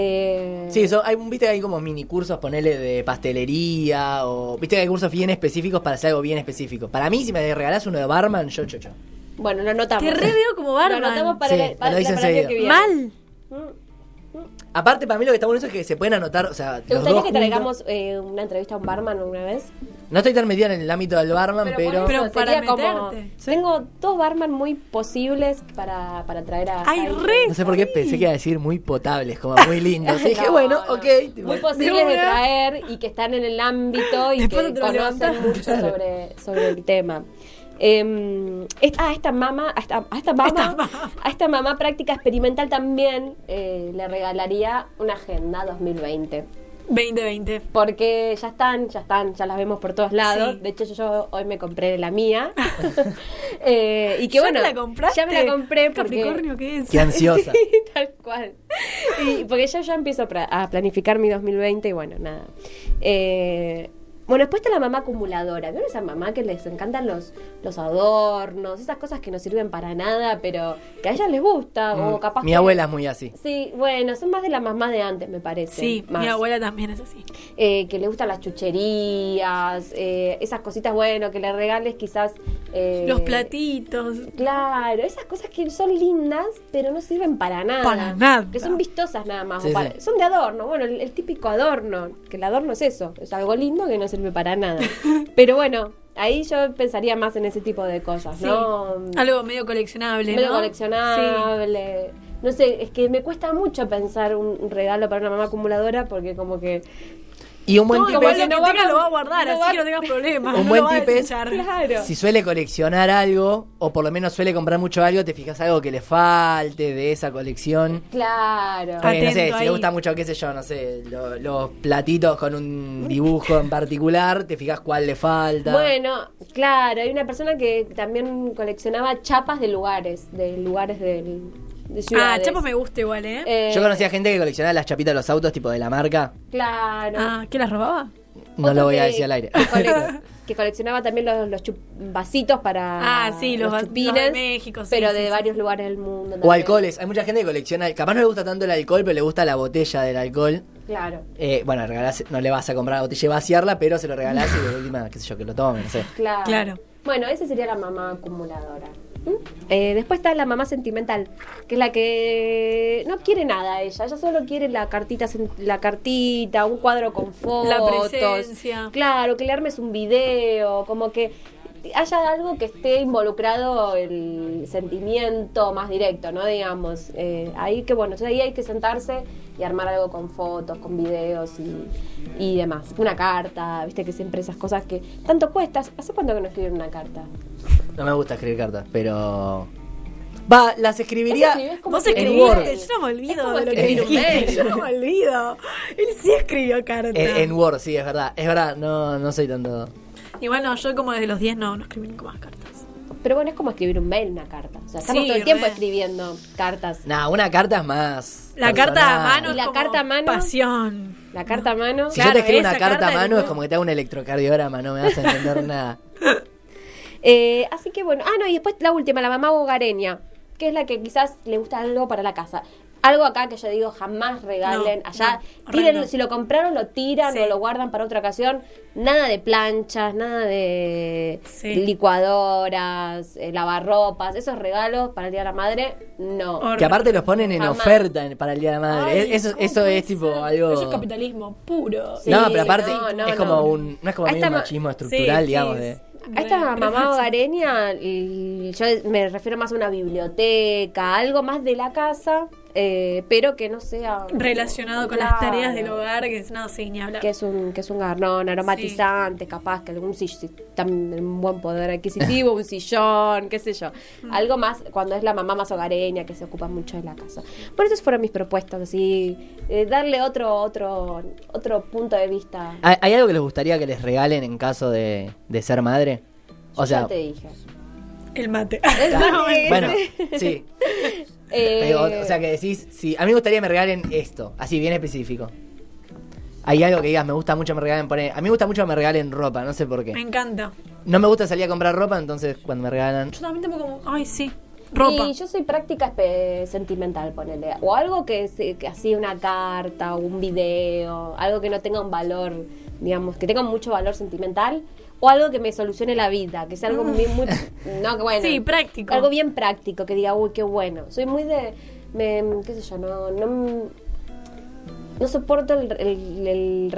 Eh, Sí, son, hay, viste que hay como mini cursos, ponele de pastelería o... Viste que hay cursos bien específicos para hacer algo bien específico. Para mí, si me regalás uno de barman, yo, yo, yo. Bueno, lo anotamos. Te re veo como barman. Lo anotamos para, Sí, el, me para, lo dicen para el año enseguida. que viene. Mal. Mm. Aparte, para mí lo que está bueno eso es que se pueden anotar, o sea, ¿Te los gustaría dos que juntos. traigamos eh, una entrevista a un barman alguna vez? No estoy tan metida en el ámbito del barman, pero... por Pero eso, para sería como- meterte. Tengo dos barman muy posibles para, para traer a... Ay, a alguien. re. No sé por qué pensé que iba a decir muy potables, como muy lindos. Y dije, No, bueno, no. ok. Muy De posibles de una. traer y que están en el ámbito y Después que te lo conocen levantás. mucho sobre, sobre el tema. Eh, esta, a esta mamá, a esta, a esta mamá, Esta mamá. a esta mamá práctica experimental también eh, le regalaría una agenda dos mil veinte. veinte veinte. Porque ya están, ya están, ya las vemos por todos lados. Sí. De hecho, yo hoy me compré la mía. Eh, y que ¿Ya bueno, te la compraste? ya me la compré porque... Capricornio, ¿qué es? Qué ansiosa. Sí, tal cual. Y porque yo ya empiezo a pra- a planificar mi dos mil veinte y bueno, nada. Eh, bueno, después está la mamá acumuladora. ¿Vieron esa mamá que les encantan los, los adornos, esas cosas que no sirven para nada, pero que a ellas les gusta? O Mm, capaz Mi que- abuela es muy así. Sí, bueno, son más de las mamás de antes, me parece. Sí, más. mi abuela también es así. Eh, que le gustan las chucherías, eh, esas cositas, bueno, que le regales quizás... eh, Los platitos. Claro, esas cosas que son lindas, pero no sirven para nada. Para nada. Que son vistosas nada más. Sí, o para- sí. Son de adorno, bueno, el, el típico adorno. Que el adorno es eso, es algo lindo que no sirve para nada. Pero bueno, ahí yo pensaría más en ese tipo de cosas, Sí. ¿no? Algo medio coleccionable, Medio ¿no? coleccionable. No sé, es que me cuesta mucho pensar un un regalo para una mamá acumuladora porque como que Y un buen No, tip igual es, lo que no va tenga a- lo va a guardar, no así va- que no tengas problemas. Un no buen lo va a tip es- desechar. Claro. si suele coleccionar algo, o por lo menos suele comprar mucho algo, te fijas algo que le falte de esa colección. Claro. Ah, Eh, no sé, Atento si ahí. le gusta mucho, qué sé yo, no sé, lo- los platitos con un dibujo en particular, te fijas cuál le falta. Bueno, claro, hay una persona que también coleccionaba chapas de lugares, de lugares del, de Ah, ciudades. Chapo me gusta igual, ¿eh? Eh, Yo conocía gente que coleccionaba las chapitas de los autos, tipo de la marca. Claro. Ah, ¿qué las robaba? No Otro lo voy a que- decir al aire. Que, cole- que coleccionaba también los, los chup- vasitos para Ah, sí, los va- chupines, los de México, sí, pero sí, de sí, varios sí. lugares del mundo. O también. alcoholes. Hay mucha gente que colecciona. Capaz no le gusta tanto el alcohol, pero le gusta la botella del alcohol. Claro, Eh, bueno, regalás- no le vas a comprar la botella y vaciarla, pero se lo regalás y de última, qué sé yo, que lo tome, no sé. claro. Claro. Bueno, esa sería la mamá acumuladora. ¿Mm? Eh, después está la mamá sentimental, que es la que no quiere nada ella, ella solo quiere la cartita, sen- la cartita, un cuadro con fotos, La presencia. claro, que le armes un video, como que haya algo que esté involucrado el sentimiento más directo, ¿no? Digamos, eh, ahí que bueno, ahí hay que sentarse y armar algo con fotos, con videos y, y demás. Una carta, viste que siempre esas cosas que tanto cuestas. ¿Hace cuánto que no escriben una carta? No me gusta escribir cartas, pero. Va, las escribiría. ¿Vos escribís como Vos que- en escribiste, Word. yo no me olvido Es como de lo que escribir un dijiste, mail. yo no me olvido. Él sí escribió carta. En, en Word, sí, es verdad. Es verdad, no, no soy tanto. Y bueno, yo como desde los diez no, no escribí nunca más cartas. Pero bueno, es como escribir un mail, una carta. O sea, estamos Sí, todo el tiempo re. escribiendo cartas. Nah, una carta es más. La personal. carta a mano ¿Y es la como carta a mano? pasión. La carta a mano. Si Claro, yo te escribo una esa carta a carta mano, de- es como que te hago un electrocardiograma, no me vas a entender nada. Eh, así que bueno. Ah, no, y después la última, la mamá hogareña, que es la que quizás le gusta algo para la casa. Algo acá que yo digo, jamás regalen. No, Allá, no, tiren, horrendo. si lo compraron, lo tiran Sí. o lo guardan para otra ocasión. Nada de planchas, nada de Sí. licuadoras, eh, lavarropas. Esos regalos para el Día de la Madre, no. Horrendo. Que aparte los ponen en Jamás. oferta en- para el Día de la Madre. Ay, Es- eso ¿cómo eso puede es tipo ser? algo. Eso es capitalismo puro. Sí, no, pero aparte no, no, es como no. un. No es como A medio esta ma- machismo estructural, Sí, digamos. sí, de es- A esta Re- mamá re- hogareña, y yo me refiero más a una biblioteca, algo más de la casa, eh, pero que no sea Relacionado con Claro. las tareas del hogar, que es nada, sí, ni hablar. que es un que es un garnón aromatizante, capaz que algún sillón, también un buen poder adquisitivo, un sillón, qué sé yo, algo más cuando es la mamá más hogareña que se ocupa mucho de la casa. Por eso fueron mis propuestas, así eh, darle otro otro otro punto de vista. ¿Hay, hay algo que les gustaría que les regalen en caso de, de ser madre? O sea, Ya te dije. El mate. El mate, bueno, ese. sí. Eh, Pero, o sea, que decís, sí, a mí me gustaría que me regalen esto, así bien específico. Hay algo que digas, me gusta mucho que me regalen, poner, a mí me gusta mucho que me regalen ropa, no sé por Me qué. encanta. No me gusta salir a comprar ropa, entonces cuando me regalan... Yo también tengo como, ay, sí, ropa. Y yo soy práctica espe- sentimental, ponele. O algo que, se- que así una carta o un video, algo que no tenga un valor, digamos, que tenga mucho valor sentimental. O algo que me solucione la vida, que sea algo muy, muy no, que bueno. Sí, práctico. Algo bien práctico, que diga, uy, qué bueno. Soy muy de, me, qué sé yo, no, no, no soporto el, el- el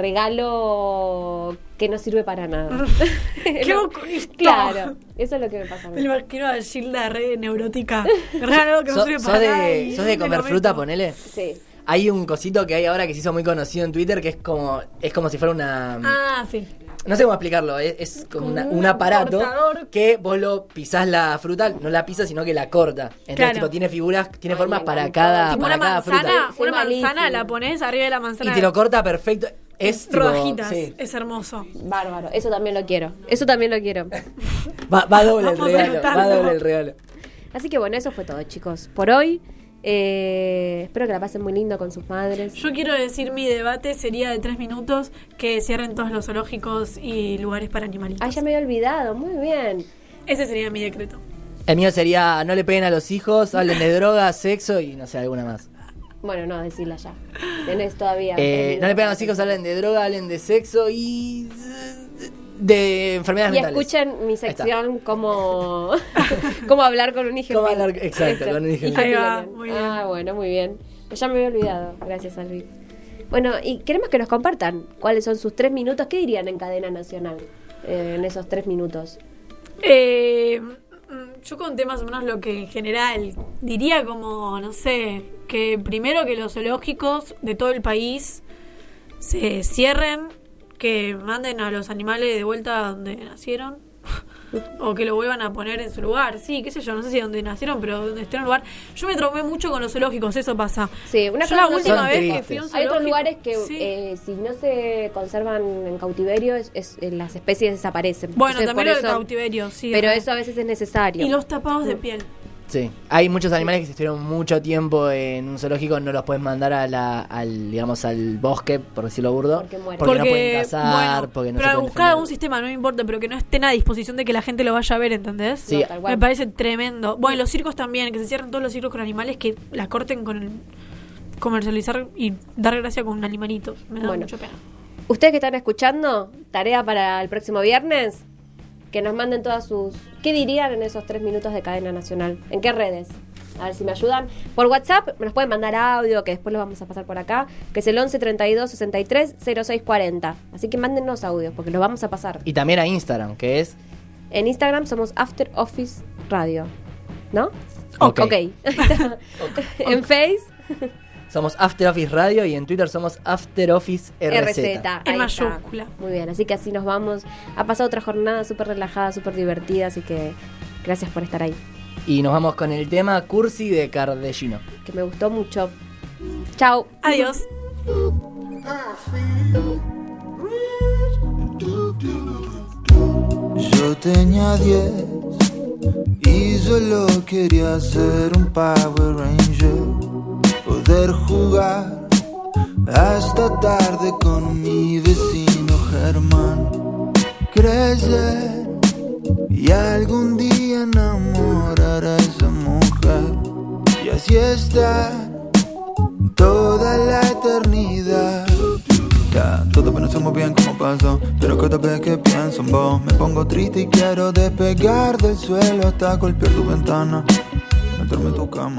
regalo que no sirve para nada. ¡Qué No, oculista! claro, eso es lo que me pasa a Me mí. lo imagino a Gilda re neurótica. Raro que no ¿Sos, sirve sos para nada de, y sos de me comer lo fruta, meto. ponele? Sí. Hay un cosito que hay ahora que se hizo muy conocido en Twitter que es como es como si fuera una... Ah, sí. No sé cómo explicarlo, es, es como una- Como un un aparato cortador. que vos lo pisás la fruta, no la pisas sino que la corta. Entonces Claro. tipo tiene figuras, tiene Ay, formas me para encantó. cada, Tipo para una cada manzana, fruta. Soy una manzana malísima. la pones arriba de la manzana. Y te lo corta perfecto. Es tipo, rodajitas. sí. Es hermoso. Bárbaro, eso también lo quiero. Eso también lo quiero. Va, va doble el Vamos a regalo, va anotarlo. doble el regalo. Así que bueno, eso fue todo, chicos. Por hoy, eh, espero que la pasen muy lindo con sus madres. Yo quiero decir, mi debate sería de tres minutos, que cierren todos los zoológicos y lugares para animalitos. Ay, ya me había olvidado, muy bien. Ese sería mi decreto. El mío sería no le peguen a los hijos, hablen de droga, sexo y no sé, alguna más. Bueno, no, decirla ya. Tenés todavía. Eh, tres no le pegan a los minutos. hijos, hablen de droga, hablen de sexo y de enfermedades Y mentales. escuchen mi está. sección como cómo hablar con un hijo. Cómo hablar- exacto, con un hijo. Hijo Ahí va, millennial. muy bien. Ah, bueno, muy bien. Pues ya me había olvidado. Gracias, Alvi. Bueno, y queremos que nos compartan cuáles son sus tres minutos. ¿Qué dirían en cadena nacional eh, en esos tres minutos? Eh, mm, yo conté más o menos lo que en general diría como, no sé, que primero que los zoológicos de todo el país se cierren que manden a los animales de vuelta a donde nacieron. O que lo vuelvan a poner en su lugar. Sí, qué sé yo, no sé si donde nacieron, pero donde estén en lugar. Yo me traumé mucho con los zoológicos, eso pasa. Sí, una yo cosa la no última son vez tristes. que fui a un Hay zoológico. otros lugares que sí. eh, si no se conservan en cautiverio, es, es- eh, las especies desaparecen. Bueno, Entonces, también por lo de eso- cautiverio, sí. Pero re. eso a veces es necesario. Y los tapados de piel. Sí, hay muchos animales que se estuvieron mucho tiempo en un zoológico, no los puedes mandar a la, al, digamos, al bosque, por decirlo burdo, Porque mueren. porque no pueden cazar, bueno, porque no pero se pueden buscar defender. algún sistema, no me importa, pero que no estén a disposición de que la gente lo vaya a ver, ¿entendés? Sí. No, tal cual. Me parece tremendo. Bueno, los circos también, que se cierren todos los circos con animales, que la corten con el comercializar y dar gracia con animalitos. Me da Bueno. mucha pena. Ustedes que están escuchando, tarea para el próximo viernes, que nos manden todas sus... ¿Qué dirían en esos tres minutos de cadena nacional? ¿En qué redes? A ver si me ayudan. Por WhatsApp nos pueden mandar audio, que después lo vamos a pasar por acá, que es el once treinta y dos sesenta y tres cero seis cuarenta. Así que mándennos audios, porque los vamos a pasar. Y también a Instagram, que es... En Instagram somos After Office Radio, ¿no? Ok. Ok. En Face, Somos After Office Radio y en Twitter somos After Office R Z. R Z. En ahí mayúscula. está. Muy bien, así que así nos vamos. Ha pasado otra jornada súper relajada, súper divertida, así que gracias por estar ahí. Y nos vamos con el tema Cursi de Cardellino. Que me gustó mucho. Chao. Adiós. Yo tenía diez y solo quería ser un Power Ranger, poder jugar hasta tarde con mi vecino Germán, crecer y algún día enamorar a esa mujer y así estar toda la eternidad. Ya, todo conocemos bien cómo pasó, pero cada vez que pienso en vos me pongo triste y quiero despegar del suelo hasta golpear tu ventana, meterme en tu cama.